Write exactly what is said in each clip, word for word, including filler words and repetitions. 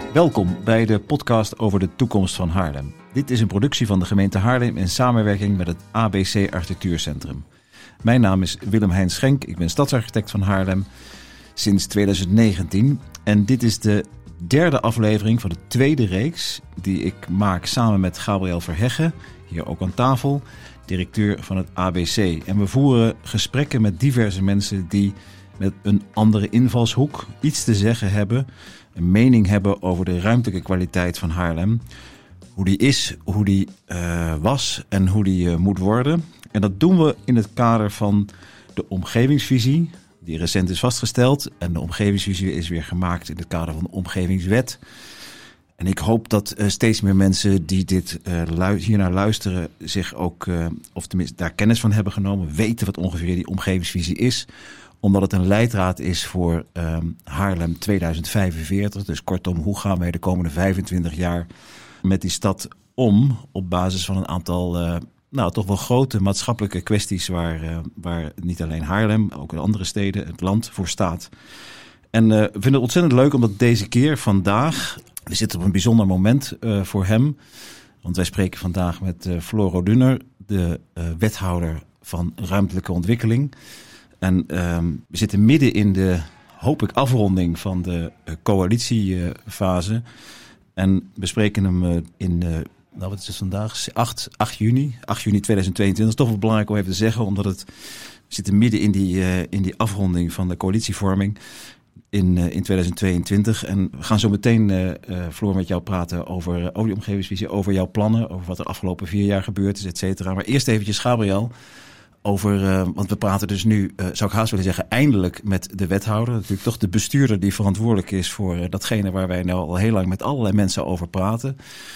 Welkom bij de podcast over de toekomst van Haarlem. Dit is een productie van de gemeente Haarlem in samenwerking met het A B C Architectuurcentrum. Mijn naam is Willem-Hein Schenk, ik ben stadsarchitect van Haarlem sinds twintig negentien. En dit is de derde aflevering van de tweede reeks die ik maak samen met Gabriel Verheggen, hier ook aan tafel, directeur van het A B C. En we voeren gesprekken met diverse mensen die met een andere invalshoek iets te zeggen hebben, een mening hebben over de ruimtelijke kwaliteit van Haarlem. Hoe die is, hoe die uh, was en hoe die uh, moet worden. En dat doen we in het kader van de omgevingsvisie, die recent is vastgesteld. En de omgevingsvisie is weer gemaakt in het kader van de omgevingswet. En ik hoop dat uh, steeds meer mensen die dit uh, lu- hiernaar luisteren zich ook, uh, of tenminste daar kennis van hebben genomen, weten wat ongeveer die omgevingsvisie is. Omdat het een leidraad is voor um, Haarlem tweeduizend vijfenveertig. Dus kortom, hoe gaan wij de komende vijfentwintig jaar met die stad om op basis van een aantal uh, nou, toch wel grote maatschappelijke kwesties waar, uh, waar niet alleen Haarlem, ook in andere steden, het land voor staat. En uh, we vinden het ontzettend leuk omdat deze keer vandaag, we zitten op een bijzonder moment uh, voor hem. Want wij spreken vandaag met uh, Floor Roduner, de uh, wethouder van ruimtelijke ontwikkeling. En um, we zitten midden in de, hoop ik, afronding van de uh, coalitiefase. En we spreken hem uh, in, uh, nou wat is het vandaag, acht juni tweeduizend tweeëntwintig. Dat is toch wel belangrijk om even te zeggen, omdat het, we zitten midden in die, uh, in die afronding van de coalitievorming in, uh, in tweeduizend tweeëntwintig. En we gaan zo meteen, uh, uh, Floor, met jou praten over, uh, over die omgevingsvisie, over jouw plannen, over wat er afgelopen vier jaar gebeurd is, et cetera. Maar eerst eventjes, Gabriel, over, uh, want we praten dus nu, uh, zou ik haast willen zeggen, eindelijk met de wethouder. Natuurlijk toch de bestuurder die verantwoordelijk is voor uh, datgene waar wij nou al heel lang met allerlei mensen over praten.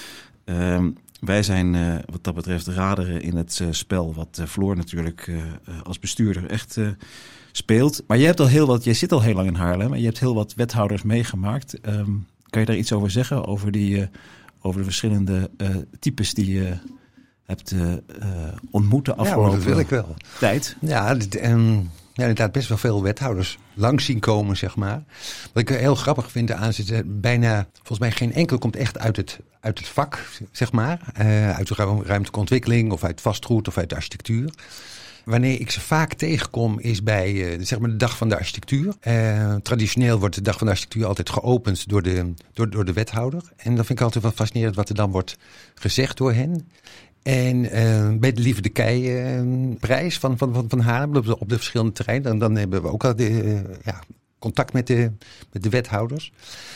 Uh, wij zijn uh, wat dat betreft raderen in het uh, spel wat uh, Floor natuurlijk uh, uh, als bestuurder echt uh, speelt. Maar je hebt al heel wat, jij zit al heel lang in Haarlem en je hebt heel wat wethouders meegemaakt. Um, kan je daar iets over zeggen, over, die, uh, over de verschillende uh, types die je hebt uh, uh, ontmoet de afgelopen ja, dat wil ik wel. tijd? Ja, dit, um, ja, inderdaad best wel veel wethouders langs zien komen, zeg maar. Wat ik heel grappig vind aan zit, bijna, volgens mij geen enkel komt echt uit het, uit het vak, zeg maar. Uh, uit de ruimtelijke ontwikkeling of uit vastgoed of uit de architectuur. Wanneer ik ze vaak tegenkom is bij uh, zeg maar de dag van de architectuur. Uh, traditioneel wordt de dag van de architectuur altijd geopend door de, door, door de wethouder. En dat vind ik altijd wel fascinerend wat er dan wordt gezegd door hen. En uh, bij de Lieve de Kei uh, prijs van, van, van, van Haarlem op de, op de verschillende terreinen. Dan, dan hebben we ook al de, uh, ja, contact met de, met de wethouders.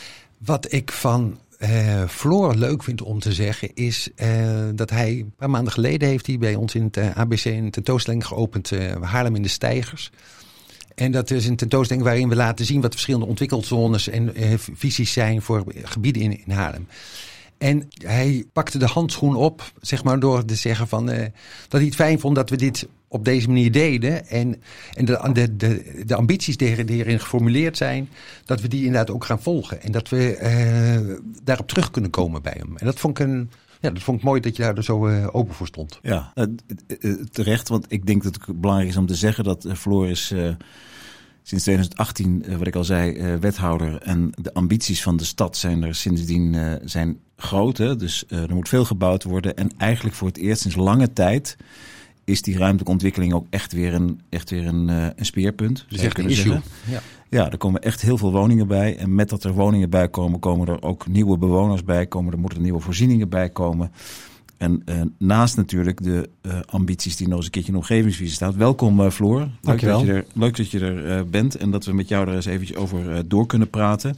Wat ik van uh, Floor leuk vind om te zeggen is uh, dat hij een paar maanden geleden heeft hij bij ons in het uh, A B C een tentoonstelling geopend, uh, Haarlem in de Steigers. En dat is een tentoonstelling waarin we laten zien wat verschillende ontwikkelzones en uh, visies zijn voor gebieden in, in Haarlem. En hij pakte de handschoen op, zeg maar, door te zeggen van, uh, dat hij het fijn vond dat we dit op deze manier deden. En, en de, de, de, de ambities die, die erin geformuleerd zijn, dat we die inderdaad ook gaan volgen. En dat we uh, daarop terug kunnen komen bij hem. En dat vond ik, een, ja, dat vond ik mooi dat je daar er zo uh, open voor stond. Ja, uh, uh, terecht, want ik denk dat het belangrijk is om te zeggen dat uh, Floor is Uh, sinds twintig achttien, wat ik al zei, uh, wethouder. En de ambities van de stad zijn er sindsdien uh, zijn groot. Hè? Dus uh, er moet veel gebouwd worden. En eigenlijk voor het eerst sinds lange tijd is die ruimtelijke ontwikkeling ook echt weer een, echt weer een, uh, een speerpunt. Dus echt een issue. Ja. ja, er komen echt heel veel woningen bij. En met dat er woningen bij komen, komen er ook nieuwe bewoners bij. Komen, er moeten er nieuwe voorzieningen bij komen. En uh, naast natuurlijk de uh, ambities die nog eens een keertje in de omgevingsvisie staat. Welkom uh, Floor. Leuk dat, je er, leuk dat je er uh, bent en dat we met jou er eens eventjes over uh, door kunnen praten.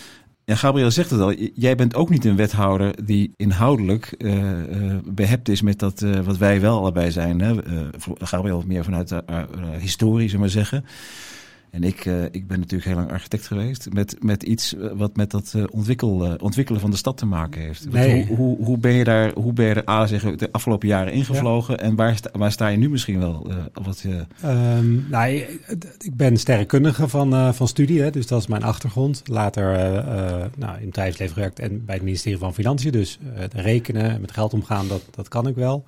En Gabriel zegt het al, jij bent ook niet een wethouder die inhoudelijk uh, uh, behept is met dat uh, wat wij wel allebei zijn. Hè? Uh, Gabriel meer vanuit uh, uh, historie, zullen we maar zeggen. En ik, uh, ik ben natuurlijk heel lang architect geweest met, met iets wat met dat uh, ontwikkel, uh, ontwikkelen van de stad te maken heeft. Nee. Hoe, hoe, hoe ben je daar, hoe ben je er A, zeggen, de afgelopen jaren ingevlogen ja. en waar sta, waar sta je nu misschien wel? Uh, wat, uh... um, nou, ik ben sterrenkundige van, uh, van studie, hè, dus dat is mijn achtergrond. Later uh, uh, nou, in het bedrijfsleven gewerkt en bij het ministerie van Financiën. Dus uh, rekenen, met geld omgaan, dat, dat kan ik wel.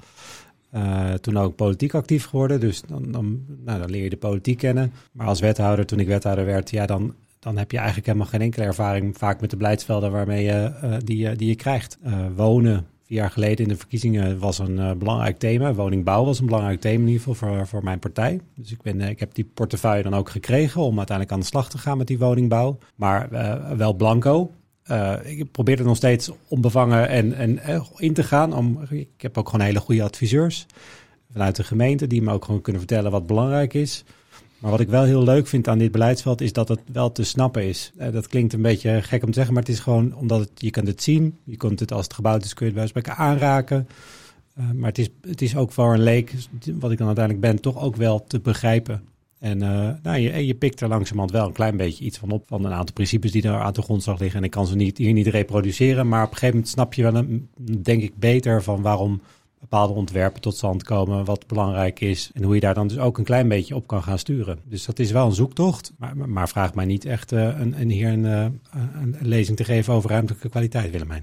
Uh, toen ook politiek actief geworden, dus dan, dan, nou, dan leer je de politiek kennen. Maar als wethouder, toen ik wethouder werd, ja, dan, dan heb je eigenlijk helemaal geen enkele ervaring vaak met de beleidsvelden waarmee je, uh, die, die je krijgt. Uh, wonen, vier jaar geleden in de verkiezingen was een uh, belangrijk thema. Woningbouw was een belangrijk thema in ieder geval voor, voor mijn partij. Dus ik, ben, uh, ik heb die portefeuille dan ook gekregen om uiteindelijk aan de slag te gaan met die woningbouw. Maar uh, wel blanco. Uh, ik probeer er nog steeds onbevangen en, en uh, in te gaan. Om, ik heb ook gewoon hele goede adviseurs vanuit de gemeente die me ook gewoon kunnen vertellen wat belangrijk is. Maar wat ik wel heel leuk vind aan dit beleidsveld is dat het wel te snappen is. Uh, dat klinkt een beetje gek om te zeggen, maar het is gewoon omdat het, je kunt het zien. Je kunt het als het gebouwd is, kun je het bij spreken aanraken. Uh, maar het is, het is ook voor een leek, wat ik dan uiteindelijk ben, toch ook wel te begrijpen. En uh, nou, je, je pikt er langzamerhand wel een klein beetje iets van op. Van een aantal principes die er aan de grondslag liggen. En ik kan ze niet, hier niet reproduceren. Maar op een gegeven moment snap je wel, een, denk ik, beter van waarom bepaalde ontwerpen tot stand komen. Wat belangrijk is. En hoe je daar dan dus ook een klein beetje op kan gaan sturen. Dus dat is wel een zoektocht. Maar, maar vraag mij niet echt uh, een, een, hier een, uh, een lezing te geven over ruimtelijke kwaliteit, Willemijn.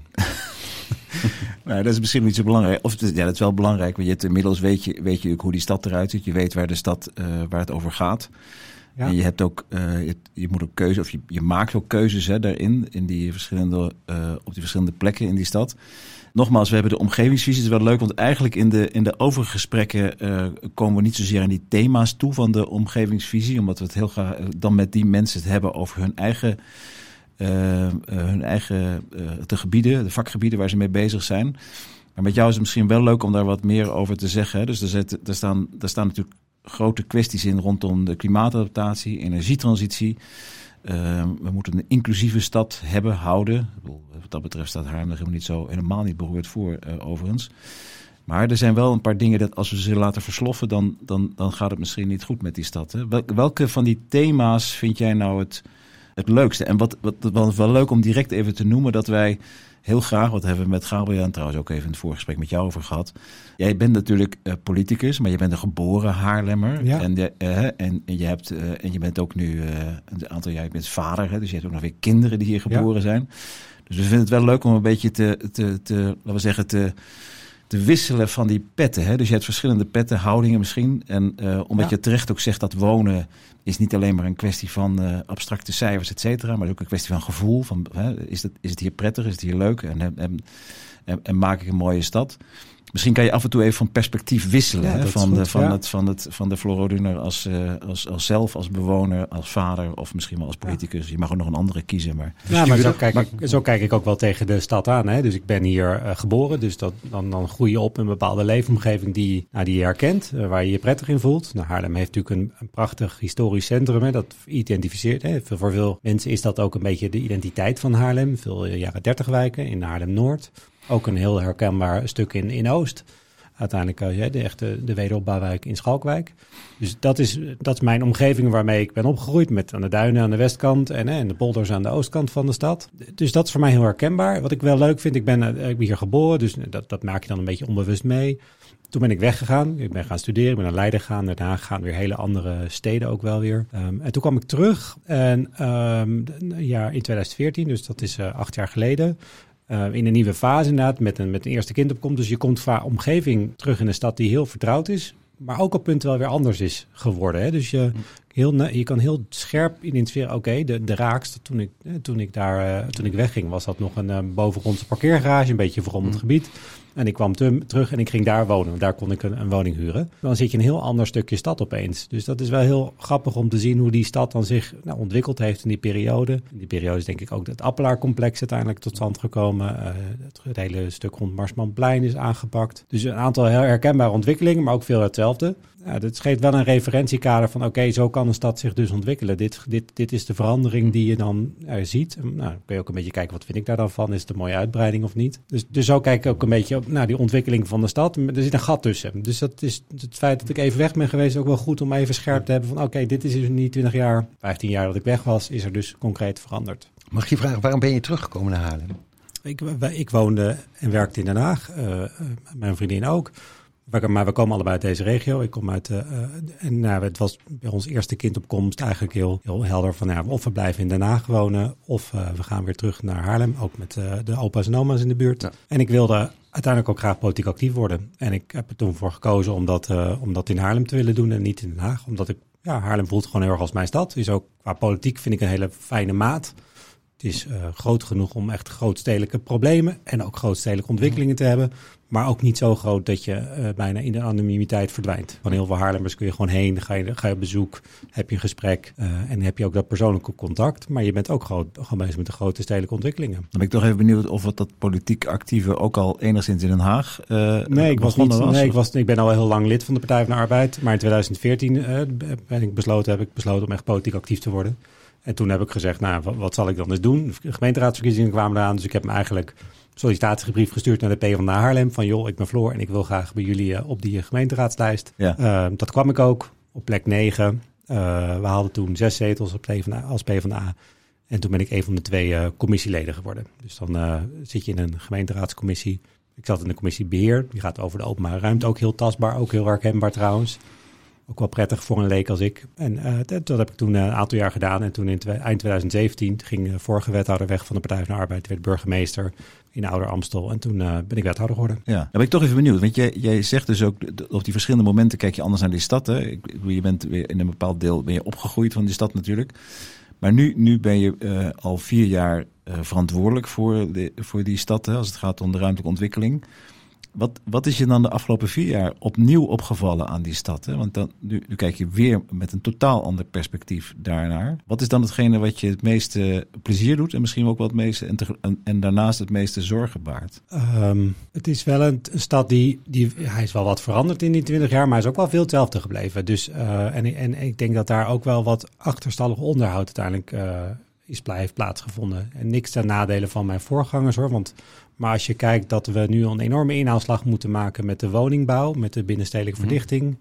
Nou, dat is misschien niet zo belangrijk. Of ja, dat is wel belangrijk, want je hebt, inmiddels weet je, weet je ook hoe die stad eruit ziet. Je weet waar de stad, uh, waar het over gaat. Ja. En je hebt ook, uh, je, je moet ook keuze, of je, je maakt ook keuzes hè, daarin, in die verschillende, uh, op die verschillende plekken in die stad. Nogmaals, we hebben de omgevingsvisie. Het is wel leuk, want eigenlijk in de, in de overige gesprekken uh, komen we niet zozeer aan die thema's toe van de omgevingsvisie, omdat we het heel graag dan met die mensen het hebben over hun eigen Uh, uh, hun eigen uh, de gebieden, de vakgebieden waar ze mee bezig zijn. Maar met jou is het misschien wel leuk om daar wat meer over te zeggen. Hè? Dus er, zit, er, staan, er staan natuurlijk grote kwesties in rondom de klimaatadaptatie, energietransitie. Uh, we moeten een inclusieve stad hebben, houden. Wat dat betreft staat Haarlem er helemaal niet zo helemaal niet beroerd voor, uh, overigens. Maar er zijn wel een paar dingen dat als we ze laten versloffen, dan, dan, dan gaat het misschien niet goed met die stad. Hè? Wel, welke van die thema's vind jij nou het Het leukste? En wat, wat, wat wel leuk om direct even te noemen, dat wij heel graag, wat hebben we met Gabriel en trouwens ook even in het voorgesprek met jou over gehad. Jij bent natuurlijk uh, politicus, maar je bent een geboren Haarlemmer. Ja. En, de, uh, en, en, je hebt, uh, en je bent ook nu uh, een aantal jaar, je bent vader, hè, dus je hebt ook nog weer kinderen die hier geboren ja. zijn. Dus we vinden het wel leuk om een beetje te, te, te laten we zeggen, te, te wisselen van die petten. Hè? Dus je hebt verschillende petten, houdingen misschien. En uh, omdat ja. je terecht ook zegt dat wonen is niet alleen maar een kwestie van uh, abstracte cijfers, et cetera, maar ook een kwestie van gevoel. Van, hè, is, het, is het hier prettig, is het hier leuk en, en, en, en maak ik een mooie stad? Misschien kan je af en toe even van perspectief wisselen. Ja, hè, van, goed, de, van, ja. het, van, het, van de Floroduner als, uh, als, als zelf, als bewoner, als vader of misschien wel als politicus. Ja. Je mag ook nog een andere kiezen. Maar, ja, maar, zo kijk, maar ik, zo kijk ik ook wel tegen de stad aan. Hè. Dus ik ben hier uh, geboren, dus dat, dan, dan groei je op in een bepaalde leefomgeving die, nou, die je herkent, uh, waar je je prettig in voelt. Nou, Haarlem heeft natuurlijk een, een prachtig historisch centrum, hè, dat identificeert. Hè. Voor veel mensen is dat ook een beetje de identiteit van Haarlem. Veel uh, jaren dertig wijken in Haarlem-Noord. Ook een heel herkenbaar stuk in, in Oost. Uiteindelijk uh, de echte de wederopbouwwijk in Schalkwijk. Dus dat is, dat is mijn omgeving waarmee ik ben opgegroeid. Met aan de duinen aan de westkant en, en de polders aan de oostkant van de stad. Dus dat is voor mij heel herkenbaar. Wat ik wel leuk vind, ik ben, uh, ik ben hier geboren. Dus dat, dat maak je dan een beetje onbewust mee. Toen ben ik weggegaan. Ik ben gaan studeren. Ik ben naar Leiden gegaan. Daarna gaan weer hele andere steden ook wel weer. Um, en toen kwam ik terug. En um, ja, in twintig veertien, dus dat is uh, acht jaar geleden. Uh, in een nieuwe fase inderdaad, met een, met een eerste kind opkomt. Dus je komt qua omgeving terug in een stad die heel vertrouwd is, maar ook op punten wel weer anders is geworden. Hè? Dus je, heel, je kan heel scherp identificeren, oké, okay, de, de raakste toen ik, toen ik daar uh, toen ik wegging, was dat nog een uh, bovengrondse parkeergarage, een beetje verrommeld mm. gebied. En ik kwam te, terug en ik ging daar wonen. Daar kon ik een, een woning huren. Dan zit je in een heel ander stukje stad opeens. Dus dat is wel heel grappig om te zien hoe die stad dan zich nou, ontwikkeld heeft in die periode. In die periode is denk ik ook het Appelaarcomplex uiteindelijk tot stand gekomen. Uh, het, het hele stuk rond Marsmanplein is aangepakt. Dus een aantal heel herkenbare ontwikkelingen, maar ook veel hetzelfde. Ja, dat geeft wel een referentiekader van oké, okay, zo kan een stad zich dus ontwikkelen. Dit, dit, dit is de verandering die je dan uh, ziet. Nou, dan kun je ook een beetje kijken, wat vind ik daar dan van? Is het een mooie uitbreiding of niet? Dus, dus zo kijk ik ook een beetje op nou, die ontwikkeling van de stad. Er zit een gat tussen. Dus dat is het feit dat ik even weg ben geweest ook wel goed om even scherp te hebben van oké, okay, dit is dus niet twintig jaar, vijftien jaar dat ik weg was, is er dus concreet veranderd. Mag ik je vragen, waarom ben je teruggekomen naar Haarlem? Ik, ik woonde en werkte in Den Haag. Uh, mijn vriendin ook. Maar we komen allebei uit deze regio. Ik kom uit. Uh, en nou, het was bij ons eerste kindopkomst eigenlijk heel, heel helder van ja, of we blijven in Den Haag wonen, of uh, we gaan weer terug naar Haarlem. Ook met uh, de opa's en oma's in de buurt. Ja. En ik wilde uiteindelijk ook graag politiek actief worden. En ik heb er toen voor gekozen om dat, uh, om dat in Haarlem te willen doen en niet in Den Haag. Omdat ik ja, Haarlem voelt gewoon heel erg als mijn stad. Het is ook qua politiek vind ik een hele fijne maat. Het is uh, groot genoeg om echt grootstedelijke problemen en ook grootstedelijke ontwikkelingen te hebben. Maar ook niet zo groot dat je uh, bijna in de anonimiteit verdwijnt. Van heel veel Haarlemmers kun je gewoon heen, ga je, ga je op bezoek, heb je een gesprek uh, en heb je ook dat persoonlijke contact. Maar je bent ook groot, gewoon bezig met de grote stedelijke ontwikkelingen. Dan ben ik toch even benieuwd of het dat politiek actieve ook al enigszins in Den Haag uh, nee, ik was niet, was. Nee, ik, was, ik ben al heel lang lid van de Partij van de Arbeid. Maar in twintig veertien uh, ben ik besloten, heb ik besloten om echt politiek actief te worden. En toen heb ik gezegd, nou, wat, wat zal ik dan eens doen? De gemeenteraadsverkiezingen kwamen eraan, dus ik heb me eigenlijk sollicitatiebrief gestuurd naar de PvdA Haarlem. Van joh, ik ben Floor en ik wil graag bij jullie uh, op die gemeenteraadslijst. Ja. Uh, dat kwam ik ook op plek negen. Uh, we hadden toen zes zetels op PvdA, als PvdA. En toen ben ik een van de twee uh, commissieleden geworden. Dus dan uh, zit je in een gemeenteraadscommissie. Ik zat in de commissie beheer. Die gaat over de openbare ruimte. Ook heel tastbaar, ook heel herkenbaar trouwens. Ook wel prettig voor een leek als ik. En uh, dat, dat heb ik toen uh, een aantal jaar gedaan. En toen in twe- eind twintig zeventien ging de vorige wethouder weg van de Partij van de Arbeid. Werd burgemeester in Ouder Amstel. En toen uh, ben ik wethouder geworden. Ja, dan ben ik toch even benieuwd. Want jij, jij zegt dus ook, op die verschillende momenten kijk je anders naar die stad. Hè? Ik, je bent weer in een bepaald deel ben je opgegroeid van die stad natuurlijk. Maar nu, nu ben je uh, al vier jaar uh, verantwoordelijk voor, de, voor die stad. Hè, als het gaat om de ruimtelijke ontwikkeling. Wat, wat is je dan de afgelopen vier jaar opnieuw opgevallen aan die stad? Hè? Want dan, nu, nu kijk je weer met een totaal ander perspectief daarnaar. Wat is dan hetgene wat je het meeste plezier doet en misschien ook wel het meeste en, te, en, en daarnaast het meeste zorgen baart? Um, het is wel een, een stad die, die, hij is wel wat veranderd in die twintig jaar, maar hij is ook wel veel hetzelfde gebleven. Dus, uh, en, en ik denk dat daar ook wel wat achterstallig onderhoud uiteindelijk uh, is heeft plaatsgevonden. En niks ten nadele van mijn voorgangers hoor, want maar als je kijkt dat we nu een enorme inhaalslag moeten maken met de woningbouw, met de binnenstedelijke verdichting.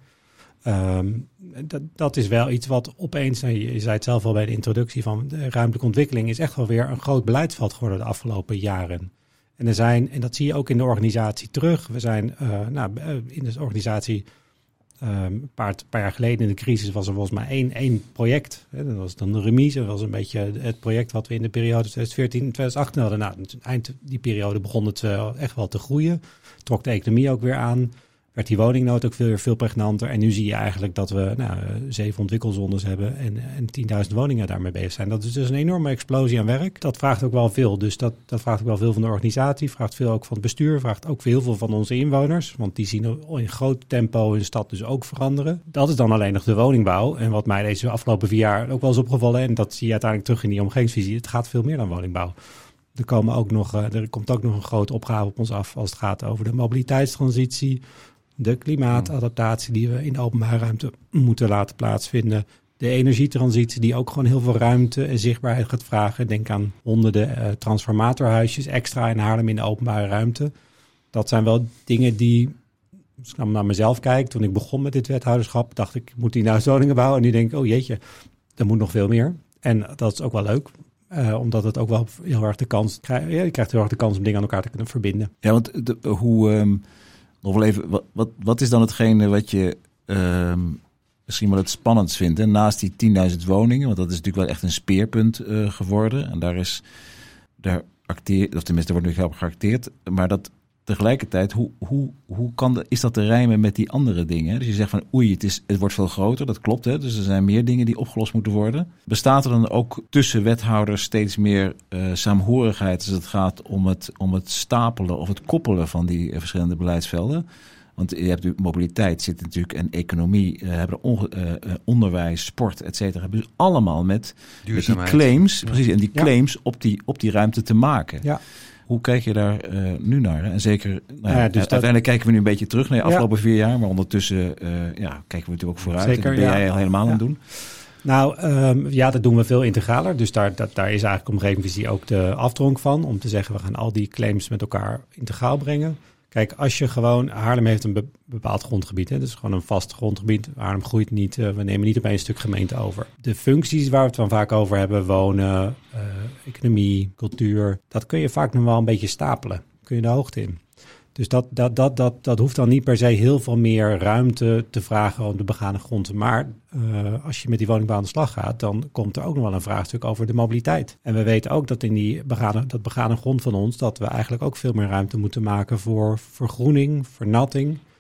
Um, dat, dat is wel iets wat opeens, je, je zei het zelf al bij de introductie van de ruimtelijke ontwikkeling, is echt wel weer een groot beleidsveld geworden de afgelopen jaren. En er zijn, en dat zie je ook in de organisatie terug. We zijn uh, nou, in de organisatie Um, een paar, paar jaar geleden in de crisis was er volgens mij één, één project. Hè, dat was dan de remise. Dat was een beetje het project wat we in de periode twintig veertien en twintig achttien hadden. Nou, eind die periode begon het uh, echt wel te groeien. Trok de economie ook weer aan. Werd die woningnood ook veel, veel pregnanter. En nu zie je eigenlijk dat we nou, zeven ontwikkelzones hebben en, en tienduizend woningen daarmee bezig zijn. Dat is dus een enorme explosie aan werk. Dat vraagt ook wel veel. Dus dat, dat vraagt ook wel veel van de organisatie. Vraagt veel ook van het bestuur. Vraagt ook heel veel van onze inwoners. Want die zien in groot tempo hun stad dus ook veranderen. Dat is dan alleen nog de woningbouw. En wat mij deze afgelopen vier jaar ook wel is opgevallen. En dat zie je uiteindelijk terug in die omgevingsvisie. Het gaat veel meer dan woningbouw. Er, komen ook nog, er komt ook nog een grote opgave op ons af als het gaat over de mobiliteitstransitie. De klimaatadaptatie die we in de openbare ruimte moeten laten plaatsvinden. De energietransitie die ook gewoon heel veel ruimte en zichtbaarheid gaat vragen. Denk aan honderden uh, transformatorhuisjes extra in Haarlem in de openbare ruimte. Dat zijn wel dingen die, als ik naar mezelf kijk, toen ik begon met dit wethouderschap, dacht ik, moet die nou woningen bouwen? En nu denk ik, oh jeetje, er moet nog veel meer. En dat is ook wel leuk. Uh, omdat het ook wel heel erg de kans krijgt. Ja, je krijgt heel erg de kans om dingen aan elkaar te kunnen verbinden. Ja, want de, hoe... Um... Nog wel even, wat, wat, wat is dan hetgene wat je uh, misschien wel het spannendst vindt? Hè? Naast die tienduizend woningen, want dat is natuurlijk wel echt een speerpunt uh, geworden. En daar is, daar acteer, of tenminste, daar wordt nu op geacteerd. Maar dat tegelijkertijd, hoe, hoe, hoe kan de, is dat te rijmen met die andere dingen? Hè? Dus je zegt van oei, het, is, het wordt veel groter, dat klopt. Hè? Dus er zijn meer dingen die opgelost moeten worden. Bestaat er dan ook tussen wethouders steeds meer uh, saamhorigheid als het gaat om het, om het stapelen of het koppelen van die uh, verschillende beleidsvelden? Want je hebt natuurlijk mobiliteit, zit natuurlijk en economie, uh, hebben on, uh, uh, onderwijs, sport, et cetera. Hebben dus allemaal met, met die claims, ja. precies, en die claims ja. op, die, op die ruimte te maken. Ja. Hoe kijk je daar uh, nu naar? En zeker, nou, ja, dus uiteindelijk dat... kijken we nu een beetje terug naar de afgelopen ja. vier jaar. Maar ondertussen uh, ja, kijken we natuurlijk ook vooruit. Zeker, en dat ben ja. jij al helemaal ja. aan het doen. Nou um, ja, dat doen we veel integraler. Dus daar, dat, daar is eigenlijk omgevingsvisie ook de afdronk van. Om te zeggen, we gaan al die claims met elkaar integraal brengen. Kijk, als je gewoon... Haarlem heeft een be- bepaald grondgebied. Hè? Dus gewoon een vast grondgebied. Haarlem groeit niet. Uh, we nemen niet opeens een stuk gemeente over. De functies waar we het van vaak over hebben... wonen, uh, economie, cultuur... dat kun je vaak nog wel een beetje stapelen. Kun je de hoogte in. Dus dat, dat, dat, dat, dat hoeft dan niet per se heel veel meer ruimte te vragen om de begane grond. Maar uh, als je met die woningbouw aan de slag gaat, dan komt er ook nog wel een vraagstuk over de mobiliteit. En we weten ook dat in die begane, dat begane grond van ons, dat we eigenlijk ook veel meer ruimte moeten maken voor vergroening, vernatting.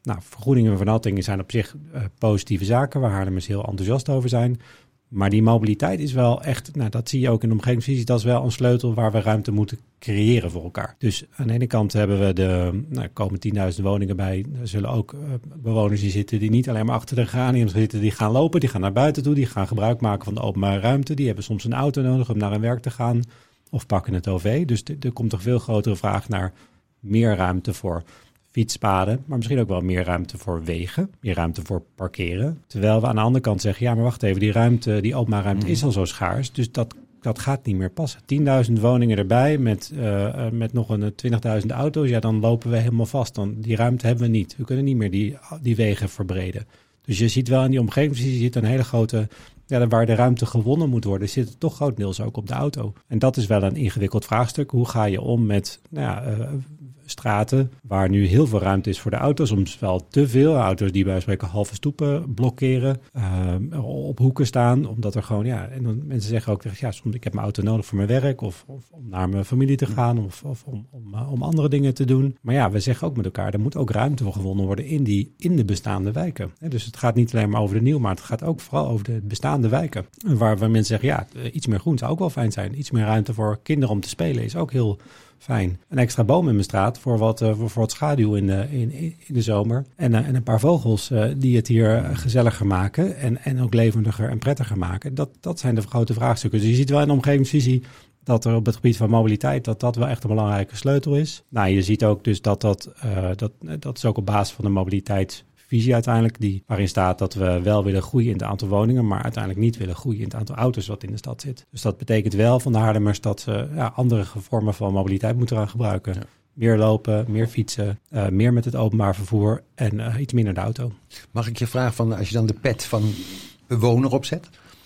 Nou, vergroening en vernatting zijn op zich uh, positieve zaken, waar Haarlemmers heel enthousiast over zijn. Maar die mobiliteit is wel echt, nou dat zie je ook in de omgevingsvisie, dat is wel een sleutel waar we ruimte moeten creëren voor elkaar. Dus aan de ene kant hebben we de, nou, er komen tienduizend woningen bij. Er zullen ook uh, bewoners die zitten die niet alleen maar achter de geraniums zitten, die gaan lopen, die gaan naar buiten toe, die gaan gebruik maken van de openbare ruimte. Die hebben soms een auto nodig om naar hun werk te gaan of pakken het O V. Dus d- er komt een veel grotere vraag naar meer ruimte voor fietspaden, maar misschien ook wel meer ruimte voor wegen, meer ruimte voor parkeren. Terwijl we aan de andere kant zeggen, ja, maar wacht even, die ruimte, die openbare ruimte is al zo schaars, dus dat, dat gaat niet meer passen. tienduizend woningen erbij met, uh, met nog een twintigduizend auto's, ja, dan lopen we helemaal vast. Dan, die ruimte hebben we niet. We kunnen niet meer die, die wegen verbreden. Dus je ziet wel in die omgeving, je ziet een hele grote, ja, waar de ruimte gewonnen moet worden, zit het toch grotendeels ook op de auto. En dat is wel een ingewikkeld vraagstuk. Hoe ga je om met, nou ja, uh, straten waar nu heel veel ruimte is voor de auto's, soms wel te veel auto's die bij spreken halve stoepen blokkeren, uh, op hoeken staan, omdat er gewoon, ja, en dan mensen zeggen ook, ja, soms ik heb mijn auto nodig voor mijn werk of, of om naar mijn familie te gaan of, of om, om, om andere dingen te doen. Maar ja, we zeggen ook met elkaar, er moet ook ruimte voor gewonnen worden in die in de bestaande wijken. He, dus het gaat niet alleen maar over de nieuw, maar het gaat ook vooral over de bestaande wijken, waar, waar mensen zeggen, ja, iets meer groen zou ook wel fijn zijn. Iets meer ruimte voor kinderen om te spelen is ook heel fijn. Een extra boom in mijn straat voor wat, uh, voor, voor wat schaduw in de, in, in de zomer. En, uh, en een paar vogels uh, die het hier gezelliger maken en, en ook levendiger en prettiger maken. Dat, dat zijn de grote vraagstukken. Dus je ziet wel in de omgevingsvisie dat er op het gebied van mobiliteit, dat dat wel echt een belangrijke sleutel is. Nou, je ziet ook dus dat dat, uh, dat, dat is ook op basis van de mobiliteitsvisie uiteindelijk, die, waarin staat dat we wel willen groeien in het aantal woningen, maar uiteindelijk niet willen groeien in het aantal auto's wat in de stad zit. Dus dat betekent wel van de Haarlemmers dat ze ja, andere vormen van mobiliteit moeten gaan gebruiken. Ja. Meer lopen, meer fietsen, uh, meer met het openbaar vervoer en uh, iets minder de auto. Mag ik je vragen, van als je dan de pet van bewoner opzet,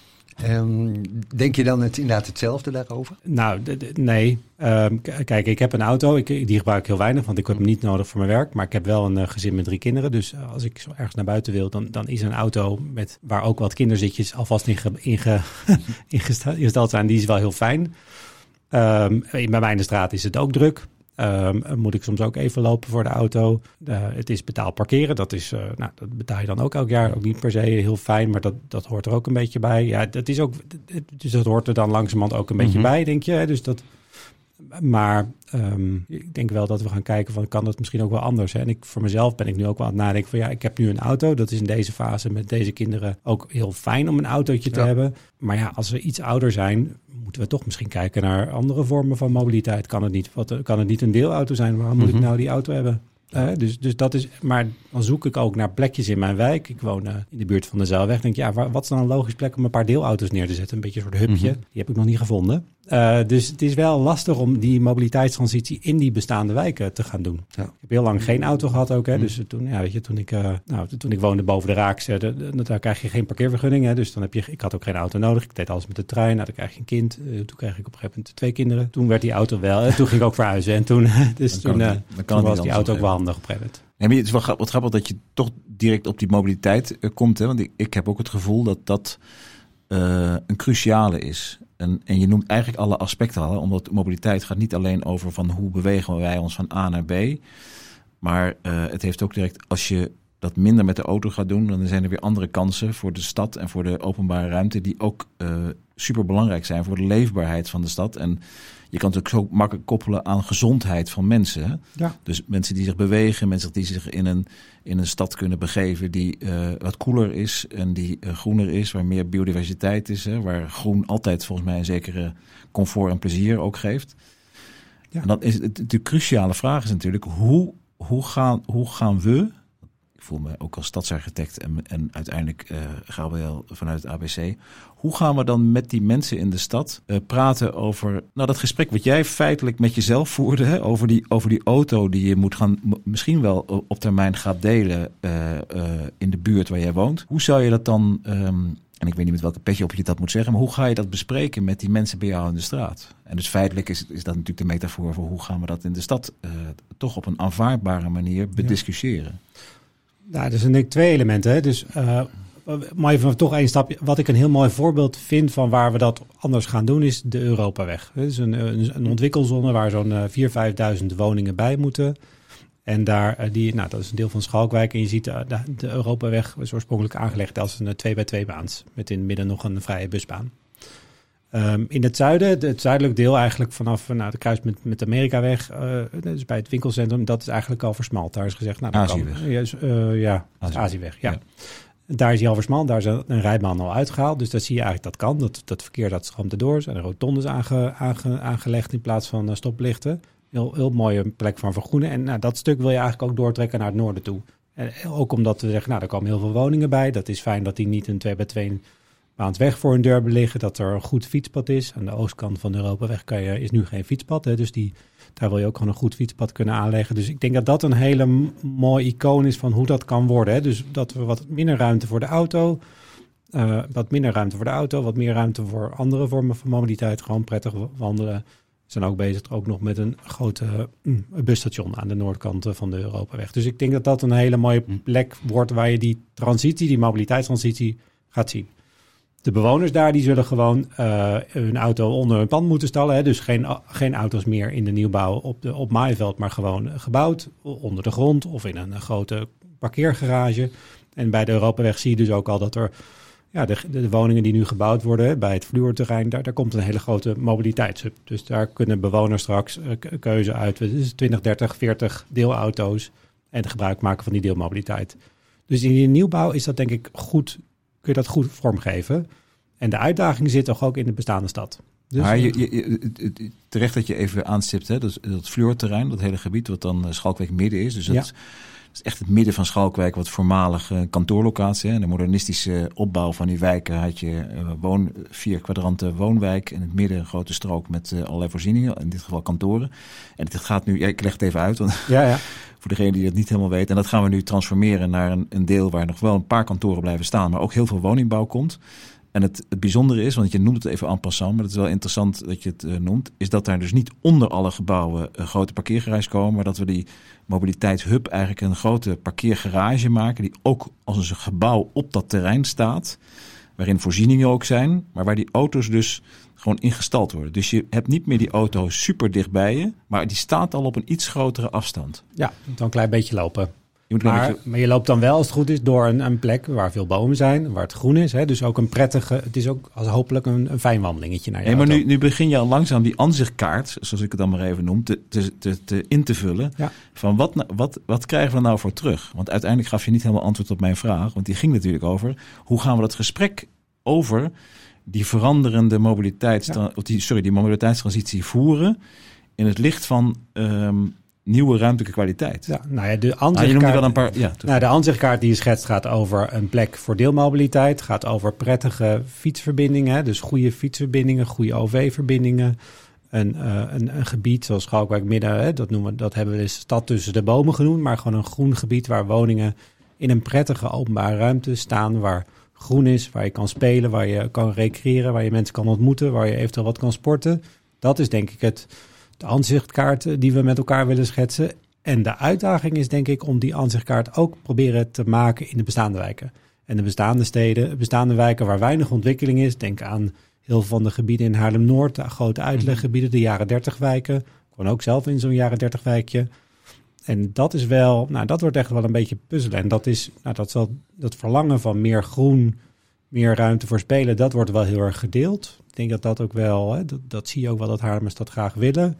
Um, denk je dan het, inderdaad hetzelfde daarover? Nou, d- d- nee. Um, k- kijk, ik heb een auto. Ik, die gebruik ik heel weinig, want ik heb hem niet nodig voor mijn werk. Maar ik heb wel een uh, gezin met drie kinderen. Dus uh, als ik zo ergens naar buiten wil, dan, dan is een auto met, waar ook wat kinderzitjes alvast in ge, in ge, ingesteld zijn. Die is wel heel fijn. Um, bij mij in de straat is het ook druk. Um, moet ik soms ook even lopen voor de auto. Uh, het is betaald parkeren. Dat is, uh, nou, dat betaal je dan ook elk jaar. Ook niet per se heel fijn, maar dat, dat hoort er ook een beetje bij. Ja, dat is ook, dus dat hoort er dan langzamerhand ook een beetje mm-hmm. bij, denk je. Dus dat, maar um, ik denk wel dat we gaan kijken van, kan dat misschien ook wel anders. Hè? En ik, voor mezelf ben ik nu ook wel aan het nadenken van, ja, ik heb nu een auto. Dat is in deze fase met deze kinderen ook heel fijn om een autootje te ja. hebben. Maar ja, als we iets ouder zijn, moeten we toch misschien kijken naar andere vormen van mobiliteit. Kan het niet, wat, kan het niet een deelauto zijn? Waarom moet mm-hmm. ik nou die auto hebben? Uh, dus, dus dat is, maar dan zoek ik ook naar plekjes in mijn wijk. Ik woon uh, in de buurt van de Zuilweg. Denk ja, waar, wat is dan een logisch plek om een paar deelauto's neer te zetten? Een beetje een soort hubje. Mm-hmm. Die heb ik nog niet gevonden. Uh, dus het is wel lastig om die mobiliteitstransitie in die bestaande wijken te gaan doen. Ja. Ik heb heel lang geen auto gehad ook. Hè. Mm. Dus toen, ja, weet je, toen ik, uh, nou, toen ik woonde boven de Raaks, uh, de, de, daar krijg je geen parkeervergunning. Hè. Dus dan heb je, ik had ook geen auto nodig. Ik deed alles met de trein. Nou, dan krijg je een kind. Uh, toen kreeg ik op een gegeven moment twee kinderen. Toen werd die auto wel. En toen ging ik ook verhuizen. En toen, dus toen, uh, het, toen was die auto ook wel handig op een gegeven moment. Nee, maar het is wel grappig, wat grappig dat je toch direct op die mobiliteit uh, komt. Hè? Want ik, ik heb ook het gevoel dat dat uh, een cruciale is. En, en je noemt eigenlijk alle aspecten al. Hè? Omdat mobiliteit gaat niet alleen over van hoe bewegen wij ons van A naar B. Maar uh, het heeft ook direct, als je dat minder met de auto gaat doen, dan zijn er weer andere kansen voor de stad en voor de openbare ruimte die ook uh, super belangrijk zijn voor de leefbaarheid van de stad. En je kan het ook zo makkelijk koppelen aan gezondheid van mensen. Hè? Ja. Dus mensen die zich bewegen, mensen die zich in een, in een stad kunnen begeven die uh, wat koeler is en die uh, groener is, waar meer biodiversiteit is, hè? Waar groen altijd volgens mij een zekere comfort en plezier ook geeft. Ja. En dan is het, de cruciale vraag is natuurlijk, hoe, hoe, gaan, hoe gaan we, ik voel me ook als stadsarchitect en, en uiteindelijk uh, Gabriel vanuit het A B C. Hoe gaan we dan met die mensen in de stad uh, praten over, nou, dat gesprek wat jij feitelijk met jezelf voerde, hè, over die, over die auto die je moet gaan, m- misschien wel op termijn gaat delen uh, uh, in de buurt waar jij woont. Hoe zou je dat dan, um, en ik weet niet met welke petje op je dat moet zeggen, maar hoe ga je dat bespreken met die mensen bij jou in de straat? En dus feitelijk is, is dat natuurlijk de metafoor voor hoe gaan we dat in de stad uh, toch op een aanvaardbare manier bediscussiëren. Ja. Nou, er zijn denk ik twee elementen. Hè. Dus, uh, maar even toch één stapje. Wat ik een heel mooi voorbeeld vind van waar we dat anders gaan doen, is de Europaweg. Het is een, een, een ontwikkelzone waar zo'n uh, vierduizend, vijfduizend woningen bij moeten. En daar, uh, die, nou, dat is een deel van Schalkwijk. En je ziet uh, de, de Europaweg is oorspronkelijk aangelegd als een twee bij twee baans. Met in het midden nog een vrije busbaan. Um, in het zuiden, het zuidelijk deel eigenlijk vanaf nou, de kruis met, met de Amerikaweg, uh, dus bij het winkelcentrum, dat is eigenlijk al versmald. Daar is gezegd, nou, dat Aziëweg. kan. Uh, uh, ja, Aziëweg. Aziëweg, ja. ja. Daar is hij al versmald, daar is een rijbaan al uitgehaald. Dus dat zie je eigenlijk, dat kan. Dat, dat verkeer dat stroomt erdoor. Er zijn rotondes aange, aange, aangelegd in plaats van uh, stoplichten. Heel, heel mooie plek van vergroenen. En nou, dat stuk wil je eigenlijk ook doortrekken naar het noorden toe. En ook omdat we zeggen, nou, er komen heel veel woningen bij. Dat is fijn dat die niet een twee bij twee baans weg voor hun deur liggen. Dat er een goed fietspad is. Aan de oostkant van de Europaweg kan je, is nu geen fietspad. Hè, dus die, daar wil je ook gewoon een goed fietspad kunnen aanleggen. Dus ik denk dat dat een hele m- mooi icoon is van hoe dat kan worden. Hè. Dus dat we wat minder ruimte voor de auto... Uh, wat minder ruimte voor de auto, wat meer ruimte voor andere vormen van mobiliteit. Gewoon prettig wandelen. We zijn ook bezig ook nog met een grote uh, busstation aan de noordkant van de Europaweg. Dus ik denk dat dat een hele mooie plek wordt waar je die transitie, die mobiliteitstransitie gaat zien. De bewoners daar die zullen gewoon uh, hun auto onder hun pand moeten stallen. Hè? Dus geen, geen auto's meer in de nieuwbouw op, de, op maaiveld, maar gewoon gebouwd onder de grond of in een grote parkeergarage. En bij de Europaweg zie je dus ook al dat er ja, de, de woningen die nu gebouwd worden bij het Fluorterrein, daar, daar komt een hele grote mobiliteitshub. Dus daar kunnen bewoners straks uh, keuze uit. Dus twintig, dertig, veertig deelauto's en gebruik maken van die deelmobiliteit. Dus in die nieuwbouw is dat denk ik goed, kun je dat goed vormgeven. En de uitdaging zit toch ook in de bestaande stad. Dus, maar je, je, je, terecht dat je even aanstipt, hè, dat, dat Fluorterrein, dat hele gebied wat dan Schalkwijk midden is. Dus dat, ja. dat is echt het midden van Schalkwijk, wat voormalige kantoorlocatie. En de modernistische opbouw van die wijken had je uh, woon, vier kwadranten woonwijk. En in het midden een grote strook met uh, allerlei voorzieningen, in dit geval kantoren. En het gaat nu, ja, ik leg het even uit, want ja, ja. voor degene die dat niet helemaal weet. En dat gaan we nu transformeren naar een, een deel waar nog wel een paar kantoren blijven staan, maar ook heel veel woningbouw komt. En het, het bijzondere is, want je noemt het even en passant, maar het is wel interessant dat je het uh, noemt, is dat daar dus niet onder alle gebouwen uh, grote parkeergarages komen, maar dat we die mobiliteitshub eigenlijk een grote parkeergarage maken, die ook als een gebouw op dat terrein staat, waarin voorzieningen ook zijn, maar waar die auto's dus gewoon ingestald worden. Dus je hebt niet meer die auto super dicht bij je, maar die staat al op een iets grotere afstand. Ja, dan een klein beetje lopen. Je moet maar, beetje... maar je loopt dan wel, als het goed is, door een, een plek waar veel bomen zijn, waar het groen is. Hè? Dus ook een prettige, het is ook als hopelijk een, een fijn wandelingetje naar je nee, auto. maar nu, nu begin je al langzaam die aanzichtkaart, zoals ik het dan maar even noem, te, te, te, te in te vullen. Ja. Van wat, wat, wat krijgen we nou voor terug? Want uiteindelijk gaf je niet helemaal antwoord op mijn vraag, want die ging natuurlijk over, hoe gaan we dat gesprek over die veranderende mobiliteits, ja. of die, sorry, die mobiliteitstransitie voeren in het licht van Um, nieuwe ruimtelijke kwaliteit. Ja, nou ja, de aanzichtkaart, ah, je noemde wel een paar, ja, nou, de aanzichtkaart die je schetst gaat over een plek voor deelmobiliteit, gaat over prettige fietsverbindingen, dus goede fietsverbindingen, goede O V-verbindingen, een, uh, een, een gebied zoals Schalkwijk Midden, hè, dat noemen, dat hebben we de stad tussen de bomen genoemd, maar gewoon een groen gebied waar woningen in een prettige openbare ruimte staan, waar groen is, waar je kan spelen, waar je kan recreëren, waar je mensen kan ontmoeten, waar je eventueel wat kan sporten. Dat is denk ik het de aanzichtkaart die we met elkaar willen schetsen. En de uitdaging is denk ik om die aanzichtkaart ook proberen te maken in de bestaande wijken. En de bestaande steden, bestaande wijken waar weinig ontwikkeling is. Denk aan heel veel van de gebieden in Haarlem-Noord, de grote uitleggebieden, de jaren dertig wijken. Ik woon ook zelf in zo'n jaren dertig wijkje. En dat is wel, nou dat wordt echt wel een beetje puzzelen. En dat is, nou dat is wel dat verlangen van meer groen, meer ruimte voor spelen, dat wordt wel heel erg gedeeld. Ik denk dat dat ook wel, hè, dat, dat zie je ook wel dat Haarlemmers dat graag willen.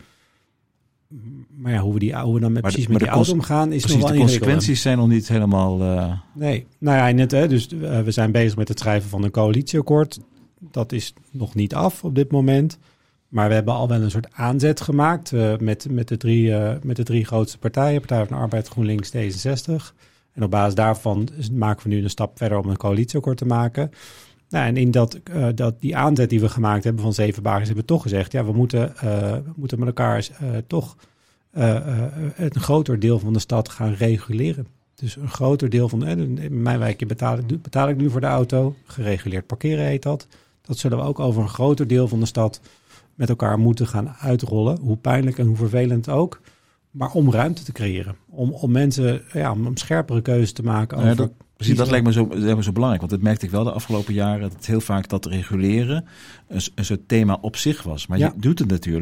Maar ja, hoe we, die, hoe we dan met, precies de, met die auto omgaan is precies, nog wel de consequenties zijn nog niet helemaal Uh... Nee, nou ja, net, hè, dus uh, we zijn bezig met het schrijven van een coalitieakkoord. Dat is nog niet af op dit moment. Maar we hebben al wel een soort aanzet gemaakt uh, met, met, de drie, uh, met de drie grootste partijen. Partij van de Arbeid, GroenLinks, D zesenzestig. En op basis daarvan maken we nu een stap verder om een coalitieakkoord te maken. Nou, en in dat, uh, dat, die aanzet die we gemaakt hebben van zeven pagina's, hebben we toch gezegd, ja, we moeten, uh, we moeten met elkaar uh, toch uh, uh, een groter deel van de stad gaan reguleren. Dus een groter deel van, uh, in mijn wijkje betaal, betaal ik nu voor de auto, gereguleerd parkeren heet dat. Dat zullen we ook over een groter deel van de stad met elkaar moeten gaan uitrollen, hoe pijnlijk en hoe vervelend ook. Maar om ruimte te creëren, om, om mensen, ja, om scherpere keuzes te maken over. Ja, dat, precies, dat lijkt me zo, dat lijkt me zo belangrijk, want dat merkte ik wel de afgelopen jaren, dat het heel vaak dat reguleren een, een soort thema op zich was. Maar ja. je doet het natuurlijk